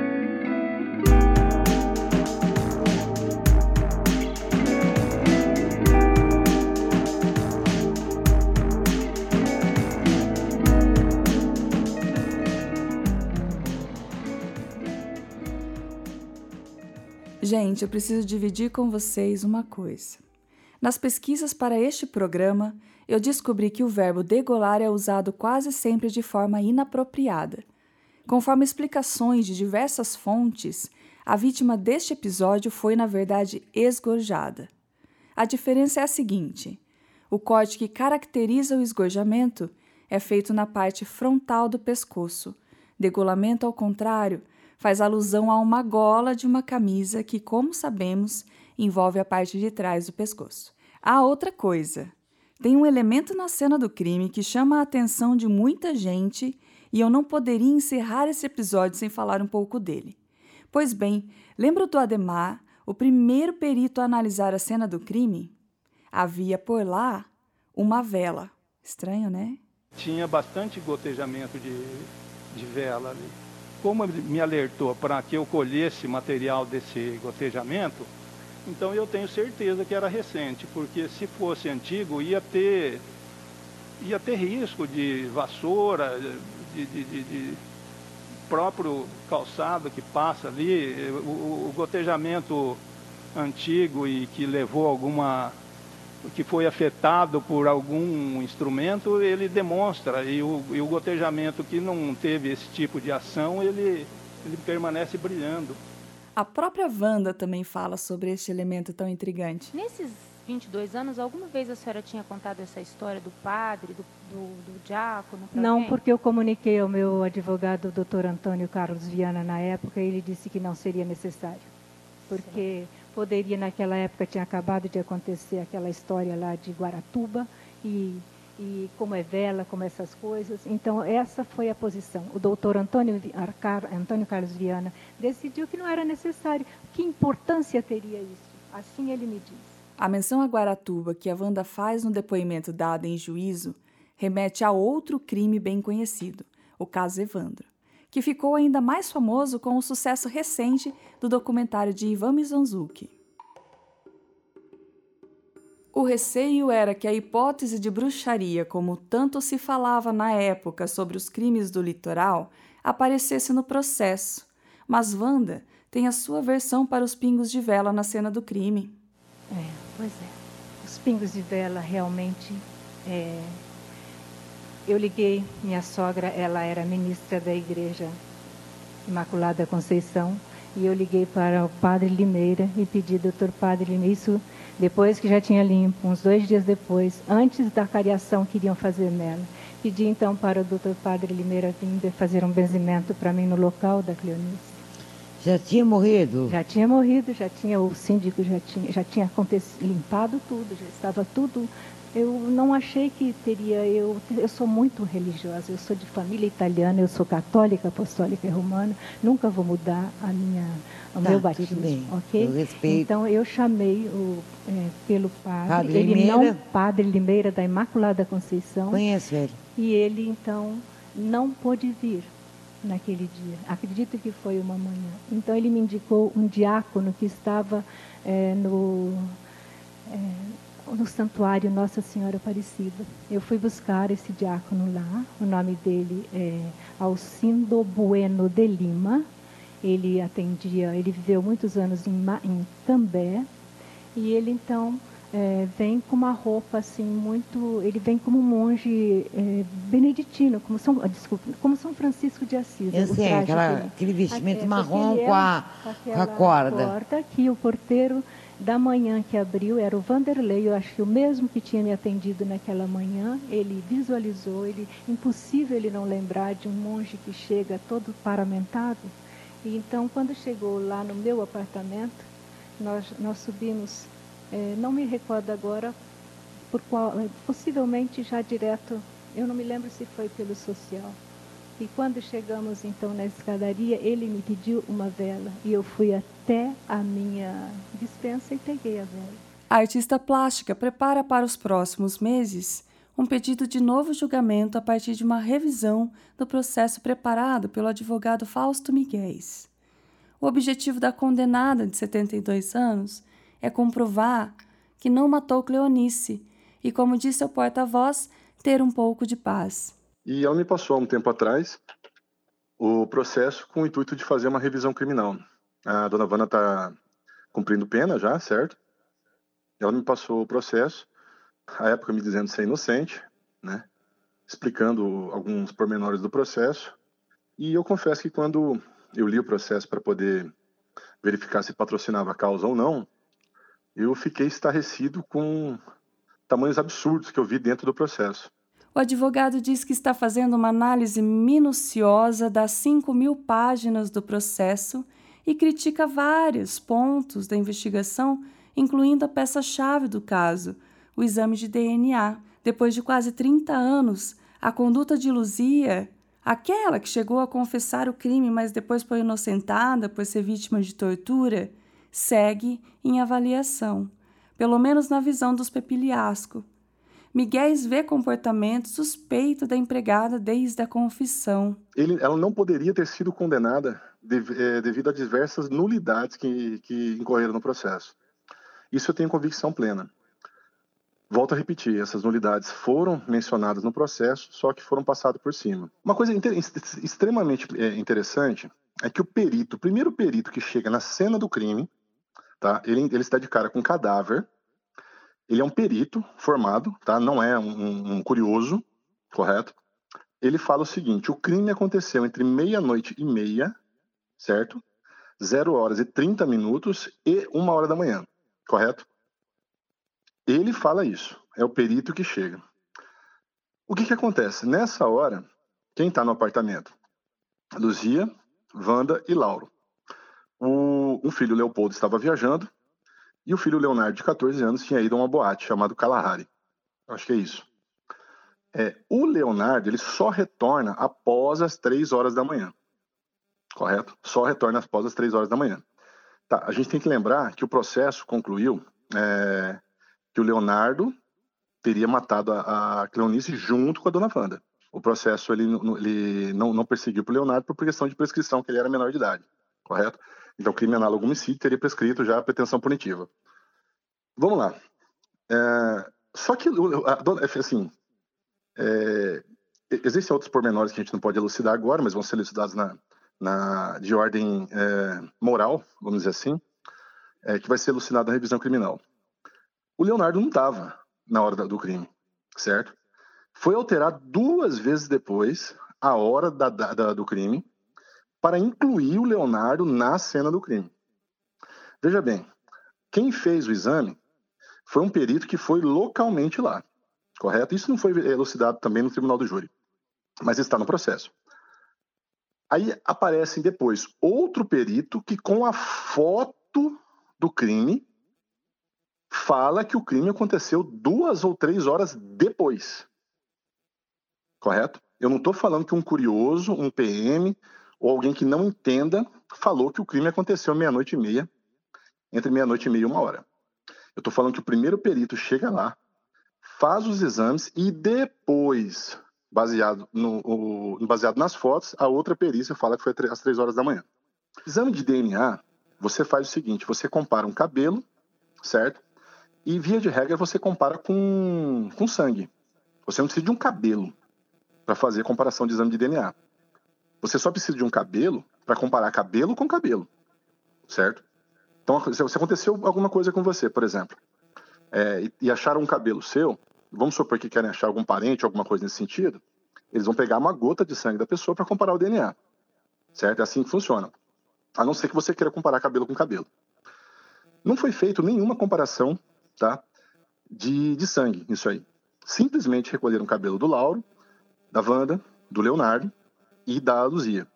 S1: Gente, eu preciso dividir com vocês uma coisa. Nas pesquisas para este programa, eu descobri que o verbo degolar é usado quase sempre de forma inapropriada. Conforme explicações de diversas fontes, a vítima deste episódio foi, na verdade, esgorjada. A diferença é a seguinte: o corte que caracteriza o esgorjamento é feito na parte frontal do pescoço. Degolamento, ao contrário, faz alusão a uma gola de uma camisa que, como sabemos, envolve a parte de trás do pescoço. Há outra coisa. Tem um elemento na cena do crime que chama a atenção de muita gente e eu não poderia encerrar esse episódio sem falar um pouco dele. Pois bem, lembra do Ademar, o primeiro perito a analisar a cena do crime? Havia por lá uma vela. Estranho, né?
S4: Tinha bastante gotejamento de vela ali. Como ele me alertou para que eu colhesse material desse gotejamento, então eu tenho certeza que era recente, porque se fosse antigo ia ter risco de vassoura, de próprio calçado que passa ali, o gotejamento antigo e que levou que foi afetado por algum instrumento, ele demonstra, e o gotejamento que não teve esse tipo de ação, ele permanece brilhando.
S1: A própria Wanda também fala sobre este elemento tão intrigante.
S12: Nesses 22 anos, alguma vez a senhora tinha contado essa história do padre, do diácono?
S9: Não,
S12: alguém?
S9: Porque eu comuniquei ao meu advogado, o Dr. Antônio Carlos Viana, na época, e ele disse que não seria necessário. Porque poderia, naquela época, tinha acabado de acontecer aquela história lá de Guaratuba, e como é vela, como essas coisas. Então, essa foi a posição. O doutor Antônio Carlos Viana decidiu que não era necessário. Que importância teria isso? Assim ele me diz.
S1: A menção a Guaratuba que a Wanda faz no depoimento dado em juízo remete a outro crime bem conhecido, o caso Evandro, que ficou ainda mais famoso com o sucesso recente do documentário de Ivan Mizanzuki. O receio era que a hipótese de bruxaria, como tanto se falava na época sobre os crimes do litoral, aparecesse no processo, mas Wanda tem a sua versão para os pingos de vela na cena do crime.
S9: Pois é. Os pingos de vela realmente Eu liguei, minha sogra, ela era ministra da Igreja Imaculada Conceição, e eu liguei para o Padre Limeira e pedi, doutor Padre Limeira, isso depois que já tinha limpo, uns 2 dias depois, antes da cariação que iriam fazer nela. Pedi então para o doutor Padre Limeira vir fazer um benzimento para mim no local da Cleonice.
S10: Já tinha morrido?
S9: Já tinha morrido, o síndico já tinha limpado tudo, já estava tudo. Eu não achei que teria, eu sou muito religiosa, eu sou de família italiana, eu sou católica, apostólica e romana, nunca vou mudar o meu batismo, ok?
S10: Eu respeito.
S9: Então eu chamei pelo padre, Padre Limeira da Imaculada Conceição.
S10: Conheço ele.
S9: E ele então não pôde vir naquele dia. Acredito que foi uma manhã. Então ele me indicou um diácono que estava no santuário Nossa Senhora Aparecida. Eu fui buscar esse diácono lá, o nome dele é Alcindo Bueno de Lima. Ele viveu muitos anos em Cambé, e ele então vem com uma roupa assim ele vem como um monge beneditino, como São Francisco de Assis.
S10: Eu sei, aquele vestimento marrom com a corda.
S9: Que o porteiro da manhã que abriu era o Vanderlei, eu acho que o mesmo que tinha me atendido naquela manhã. Ele visualizou, impossível ele não lembrar de um monge que chega todo paramentado. E então, quando chegou lá no meu apartamento, nós subimos, não me recordo agora, possivelmente já direto, eu não me lembro se foi pelo social. E quando chegamos então na escadaria, ele me pediu uma vela e eu fui até a minha despensa e peguei a vela.
S1: A artista plástica prepara para os próximos meses um pedido de novo julgamento a partir de uma revisão do processo preparado pelo advogado Fausto Miguéis. O objetivo da condenada de 72 anos é comprovar que não matou Cleonice e, como disse o porta-voz, ter um pouco de paz.
S13: E ela me passou há um tempo atrás o processo com o intuito de fazer uma revisão criminal. A dona Wanda está cumprindo pena já, certo? Ela me passou o processo, à época me dizendo ser inocente, né? Explicando alguns pormenores do processo. E eu confesso que quando eu li o processo para poder verificar se patrocinava a causa ou não, eu fiquei estarrecido com tamanhos absurdos que eu vi dentro do processo.
S1: O advogado diz que está fazendo uma análise minuciosa das 5.000 páginas do processo e critica vários pontos da investigação, incluindo a peça-chave do caso, o exame de DNA. Depois de quase 30 anos, a conduta de Luzia, aquela que chegou a confessar o crime, mas depois foi inocentada por ser vítima de tortura, segue em avaliação, pelo menos na visão dos Pepiliasco. Miguéis vê comportamento suspeito da empregada desde a confissão.
S13: Ela não poderia ter sido condenada devido a diversas nulidades que incorreram no processo. Isso eu tenho convicção plena. Volto a repetir, essas nulidades foram mencionadas no processo, só que foram passadas por cima. Uma coisa extremamente interessante é que o primeiro perito que chega na cena do crime, tá? Ele está de cara com um cadáver. Ele é um perito formado, tá? Não é um curioso, correto? Ele fala o seguinte: o crime aconteceu entre 00:30, certo? 0h30 e 1h da manhã, correto? Ele fala isso, é o perito que chega. O que acontece? Nessa hora, quem está no apartamento? Luzia, Wanda e Lauro. O filho Leopoldo estava viajando, e o filho Leonardo, de 14 anos, tinha ido a uma boate chamada Kalahari. Acho que é isso. O Leonardo, ele só retorna após as 3h da manhã. Correto? Só retorna após as 3h da manhã. Tá, a gente tem que lembrar que o processo concluiu que o Leonardo teria matado a Cleonice junto com a dona Wanda. O processo ele não perseguiu para o Leonardo por questão de prescrição, que ele era menor de idade. Correto? Então, o crime análogo ao homicídio teria prescrito já a pretensão punitiva. Vamos lá. Só que, assim, existem outros pormenores que a gente não pode elucidar agora, mas vão ser elucidados de ordem moral, vamos dizer assim, que vai ser elucidado na revisão criminal. O Leonardo não estava na hora do crime, certo? Foi alterado 2 vezes depois a hora do crime para incluir o Leonardo na cena do crime. Veja bem, quem fez o exame foi um perito que foi localmente lá, correto? Isso não foi elucidado também no tribunal do júri, mas está no processo. Aí aparece depois outro perito que, com a foto do crime, fala que o crime aconteceu 2 ou 3 horas depois. Correto? Eu não estou falando que um curioso, um PM ou alguém que não entenda falou que o crime aconteceu 00:30, entre 00:30 e 1h. Eu estou falando que o primeiro perito chega lá, faz os exames e depois, baseado nas fotos, a outra perícia fala que foi às 3 horas da manhã. Exame de DNA, você faz o seguinte, você compara um cabelo, certo? E, via de regra, você compara com sangue. Você não precisa de um cabelo para fazer a comparação de exame de DNA. Você só precisa de um cabelo para comparar cabelo com cabelo, certo? Então, se aconteceu alguma coisa com você, por exemplo, e acharam um cabelo seu, vamos supor que querem achar algum parente, alguma coisa nesse sentido, eles vão pegar uma gota de sangue da pessoa para comparar o DNA, certo? É assim que funciona. A não ser que você queira comparar cabelo com cabelo. Não foi feito nenhuma comparação, tá, de sangue, isso aí. Simplesmente recolheram o cabelo do Lauro, da Wanda, do Leonardo e da Luzia.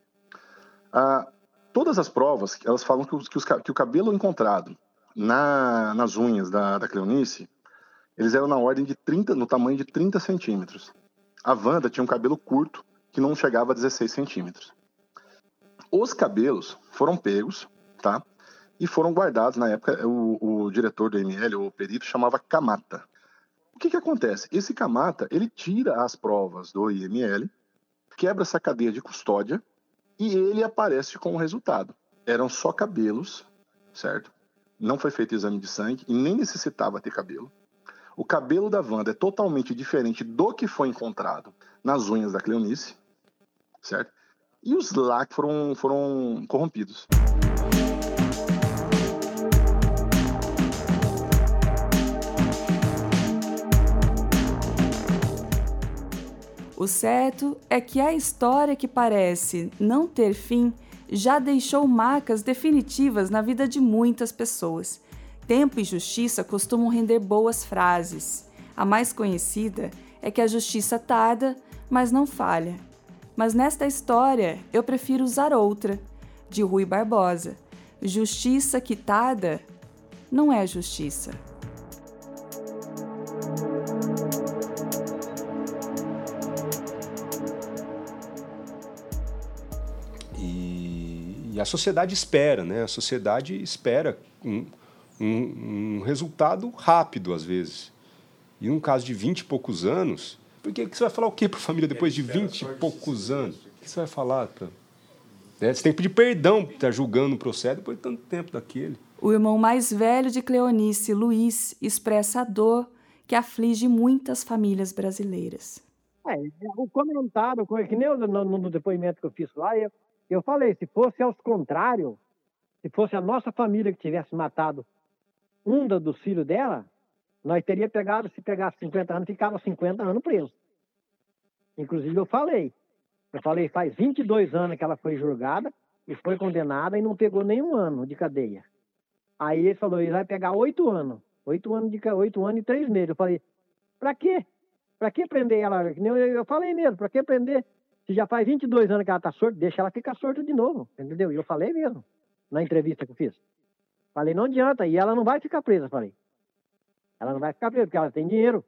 S13: Todas as provas, elas falam que o cabelo encontrado nas unhas da Cleonice, eles eram na ordem de 30, no tamanho de 30 centímetros. A Wanda tinha um cabelo curto, que não chegava a 16 centímetros. Os cabelos foram pegos, tá? E foram guardados, na época, o diretor do IML, o perito, chamava Camata. O que acontece? Esse Camata, ele tira as provas do IML, quebra essa cadeia de custódia e ele aparece com o resultado. Eram só cabelos, certo? Não foi feito exame de sangue e nem necessitava ter cabelo. O cabelo da Wanda é totalmente diferente do que foi encontrado nas unhas da Cleonice, certo? E os lacres foram corrompidos.
S1: O certo é que a história que parece não ter fim já deixou marcas definitivas na vida de muitas pessoas. Tempo e justiça costumam render boas frases. A mais conhecida é que a justiça tarda, mas não falha. Mas nesta história eu prefiro usar outra, de Rui Barbosa. Justiça que tarda não é justiça.
S11: E a sociedade espera, né? A sociedade espera um resultado rápido, às vezes. E num caso de 20 e poucos anos, porque você vai falar o quê para a família depois de 20 e poucos anos? O que você vai falar? Você tem que pedir perdão por estar julgando o processo depois de tanto tempo daquele.
S1: O irmão mais velho de Cleonice, Luiz, expressa a dor que aflige muitas famílias brasileiras.
S2: O comentário, que nem no depoimento que eu fiz lá, eu falei, se fosse aos contrários, se fosse a nossa família que tivesse matado um dos filhos dela, nós teria pegado, se pegasse 50 anos, ficava 50 anos preso. Inclusive eu falei, faz 22 anos que ela foi julgada e foi condenada e não pegou nenhum ano de cadeia. Aí ele falou, ele vai pegar 8 anos. 8 anos e 3 meses. Eu falei, pra quê? Pra que prender ela? Eu falei mesmo, pra que prender? Se já faz 22 anos que ela tá sorta, deixa ela ficar sorta de novo, entendeu? E eu falei mesmo, na entrevista que eu fiz. Falei, não adianta, e ela não vai ficar presa, falei. Ela não vai ficar presa, porque ela tem dinheiro.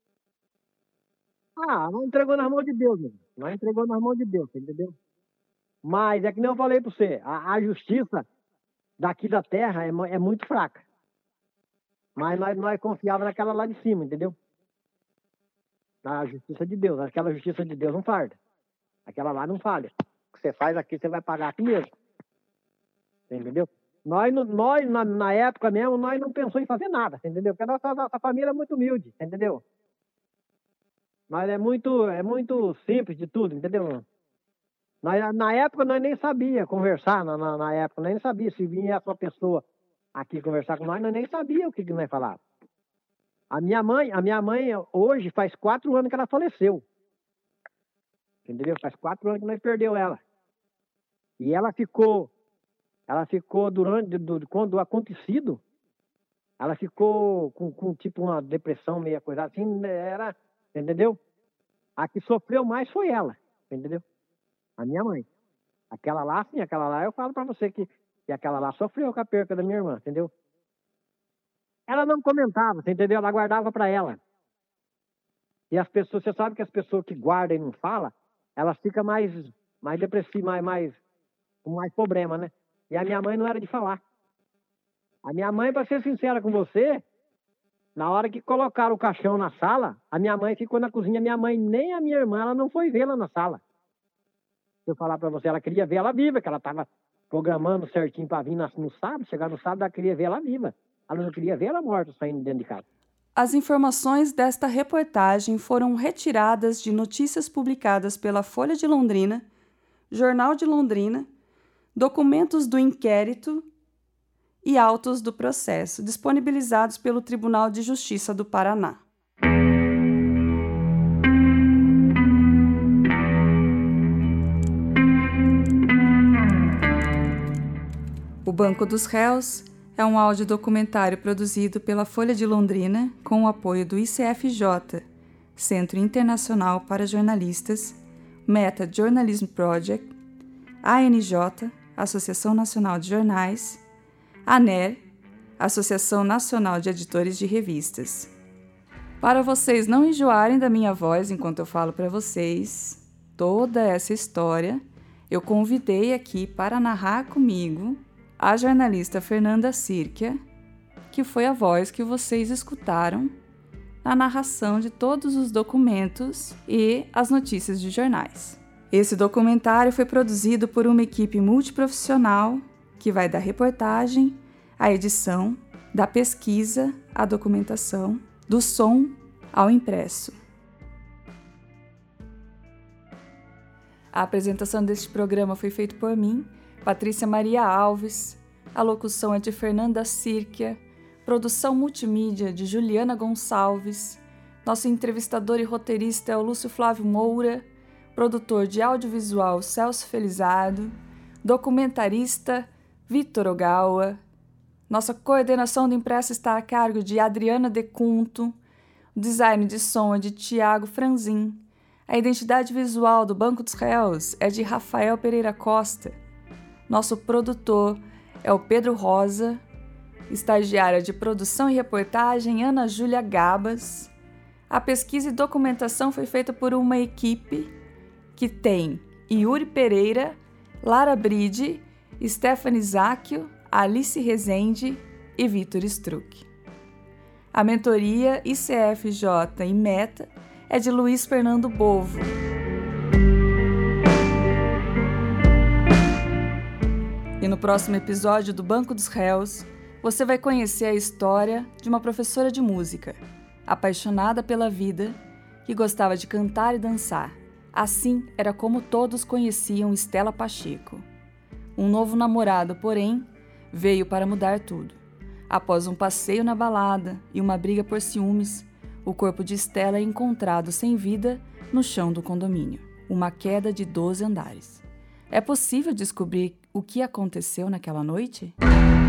S2: Não entregou nas mãos de Deus, mesmo. Não entregou nas mãos de Deus, entendeu? Mas é que nem eu falei pra você, a justiça daqui da terra é muito fraca. Mas nós confiávamos naquela lá de cima, entendeu? Na justiça de Deus. Aquela justiça de Deus não farda. Aquela lá não falha. O que você faz aqui, você vai pagar aqui mesmo. Entendeu? Nós na época mesmo, nós não pensamos em fazer nada, entendeu? Porque a nossa família é muito humilde, entendeu? Nós é muito simples de tudo, entendeu? Na época, nós nem sabia conversar, na época, nós nem sabia se vinha essa pessoa aqui conversar com nós nem sabia o que nós falávamos. A minha mãe hoje faz 4 anos que ela faleceu. Entendeu? Faz 4 anos que nós perdeu ela. E ela ficou quando acontecido, ela ficou com tipo uma depressão, meia coisa assim, entendeu? A que sofreu mais foi ela, entendeu? A minha mãe. Aquela lá eu falo pra você que aquela lá sofreu com a perca da minha irmã, entendeu? Ela não comentava, você entendeu? Ela guardava pra ela. E as pessoas, você sabe que as pessoas que guardam e não falam, elas ficam mais depressivas, com mais problema, né? E a minha mãe não era de falar. A minha mãe, para ser sincera com você, na hora que colocaram o caixão na sala, a minha mãe ficou na cozinha. Minha mãe, nem a minha irmã, ela não foi vê-la na sala. Se eu falar para você, ela queria ver ela viva, que ela estava programando certinho para vir no sábado. Chegar no sábado, ela queria ver ela viva. Ela não queria ver ela morta saindo dentro de casa.
S1: As informações desta reportagem foram retiradas de notícias publicadas pela Folha de Londrina, Jornal de Londrina, documentos do inquérito e autos do processo, disponibilizados pelo Tribunal de Justiça do Paraná. O Banco dos Réus é um audiodocumentário produzido pela Folha de Londrina com o apoio do ICFJ, Centro Internacional para Jornalistas, Meta Journalism Project, ANJ, Associação Nacional de Jornais, ANER, Associação Nacional de Editores de Revistas. Para vocês não enjoarem da minha voz enquanto eu falo para vocês toda essa história, eu convidei aqui para narrar comigo a jornalista Fernanda Sirkia, que foi a voz que vocês escutaram na narração de todos os documentos e as notícias de jornais. Esse documentário foi produzido por uma equipe multiprofissional que vai da reportagem à edição, da pesquisa à documentação, do som ao impresso. A apresentação deste programa foi feita por mim, Patrícia Maria Alves, a locução é de Fernanda Sirkia, produção multimídia de Juliana Gonçalves, nosso entrevistador e roteirista é o Lúcio Flávio Moura, produtor de audiovisual Celso Felizardo, documentarista Vitor Ogawa, nossa coordenação do impresso está a cargo de Adriana Decunto, o design de som é de Tiago Franzin, a identidade visual do Banco dos Réus é de Rafael Pereira Costa, nosso produtor é o Pedro Rosa, estagiária de produção e reportagem Ana Júlia Gabas. A pesquisa e documentação foi feita por uma equipe que tem Yuri Pereira, Lara Bride, Stephanie Zacchio, Alice Rezende e Vitor Struck. A mentoria ICFJ e Meta é de Luiz Fernando Bovo. E no próximo episódio do Banco dos Réus, você vai conhecer a história de uma professora de música, apaixonada pela vida, que gostava de cantar e dançar. Assim era como todos conheciam Estela Pacheco. Um novo namorado, porém, veio para mudar tudo. Após um passeio na balada e uma briga por ciúmes, o corpo de Estela é encontrado sem vida no chão do condomínio. Uma queda de 12 andares. É possível descobrir o que aconteceu naquela noite?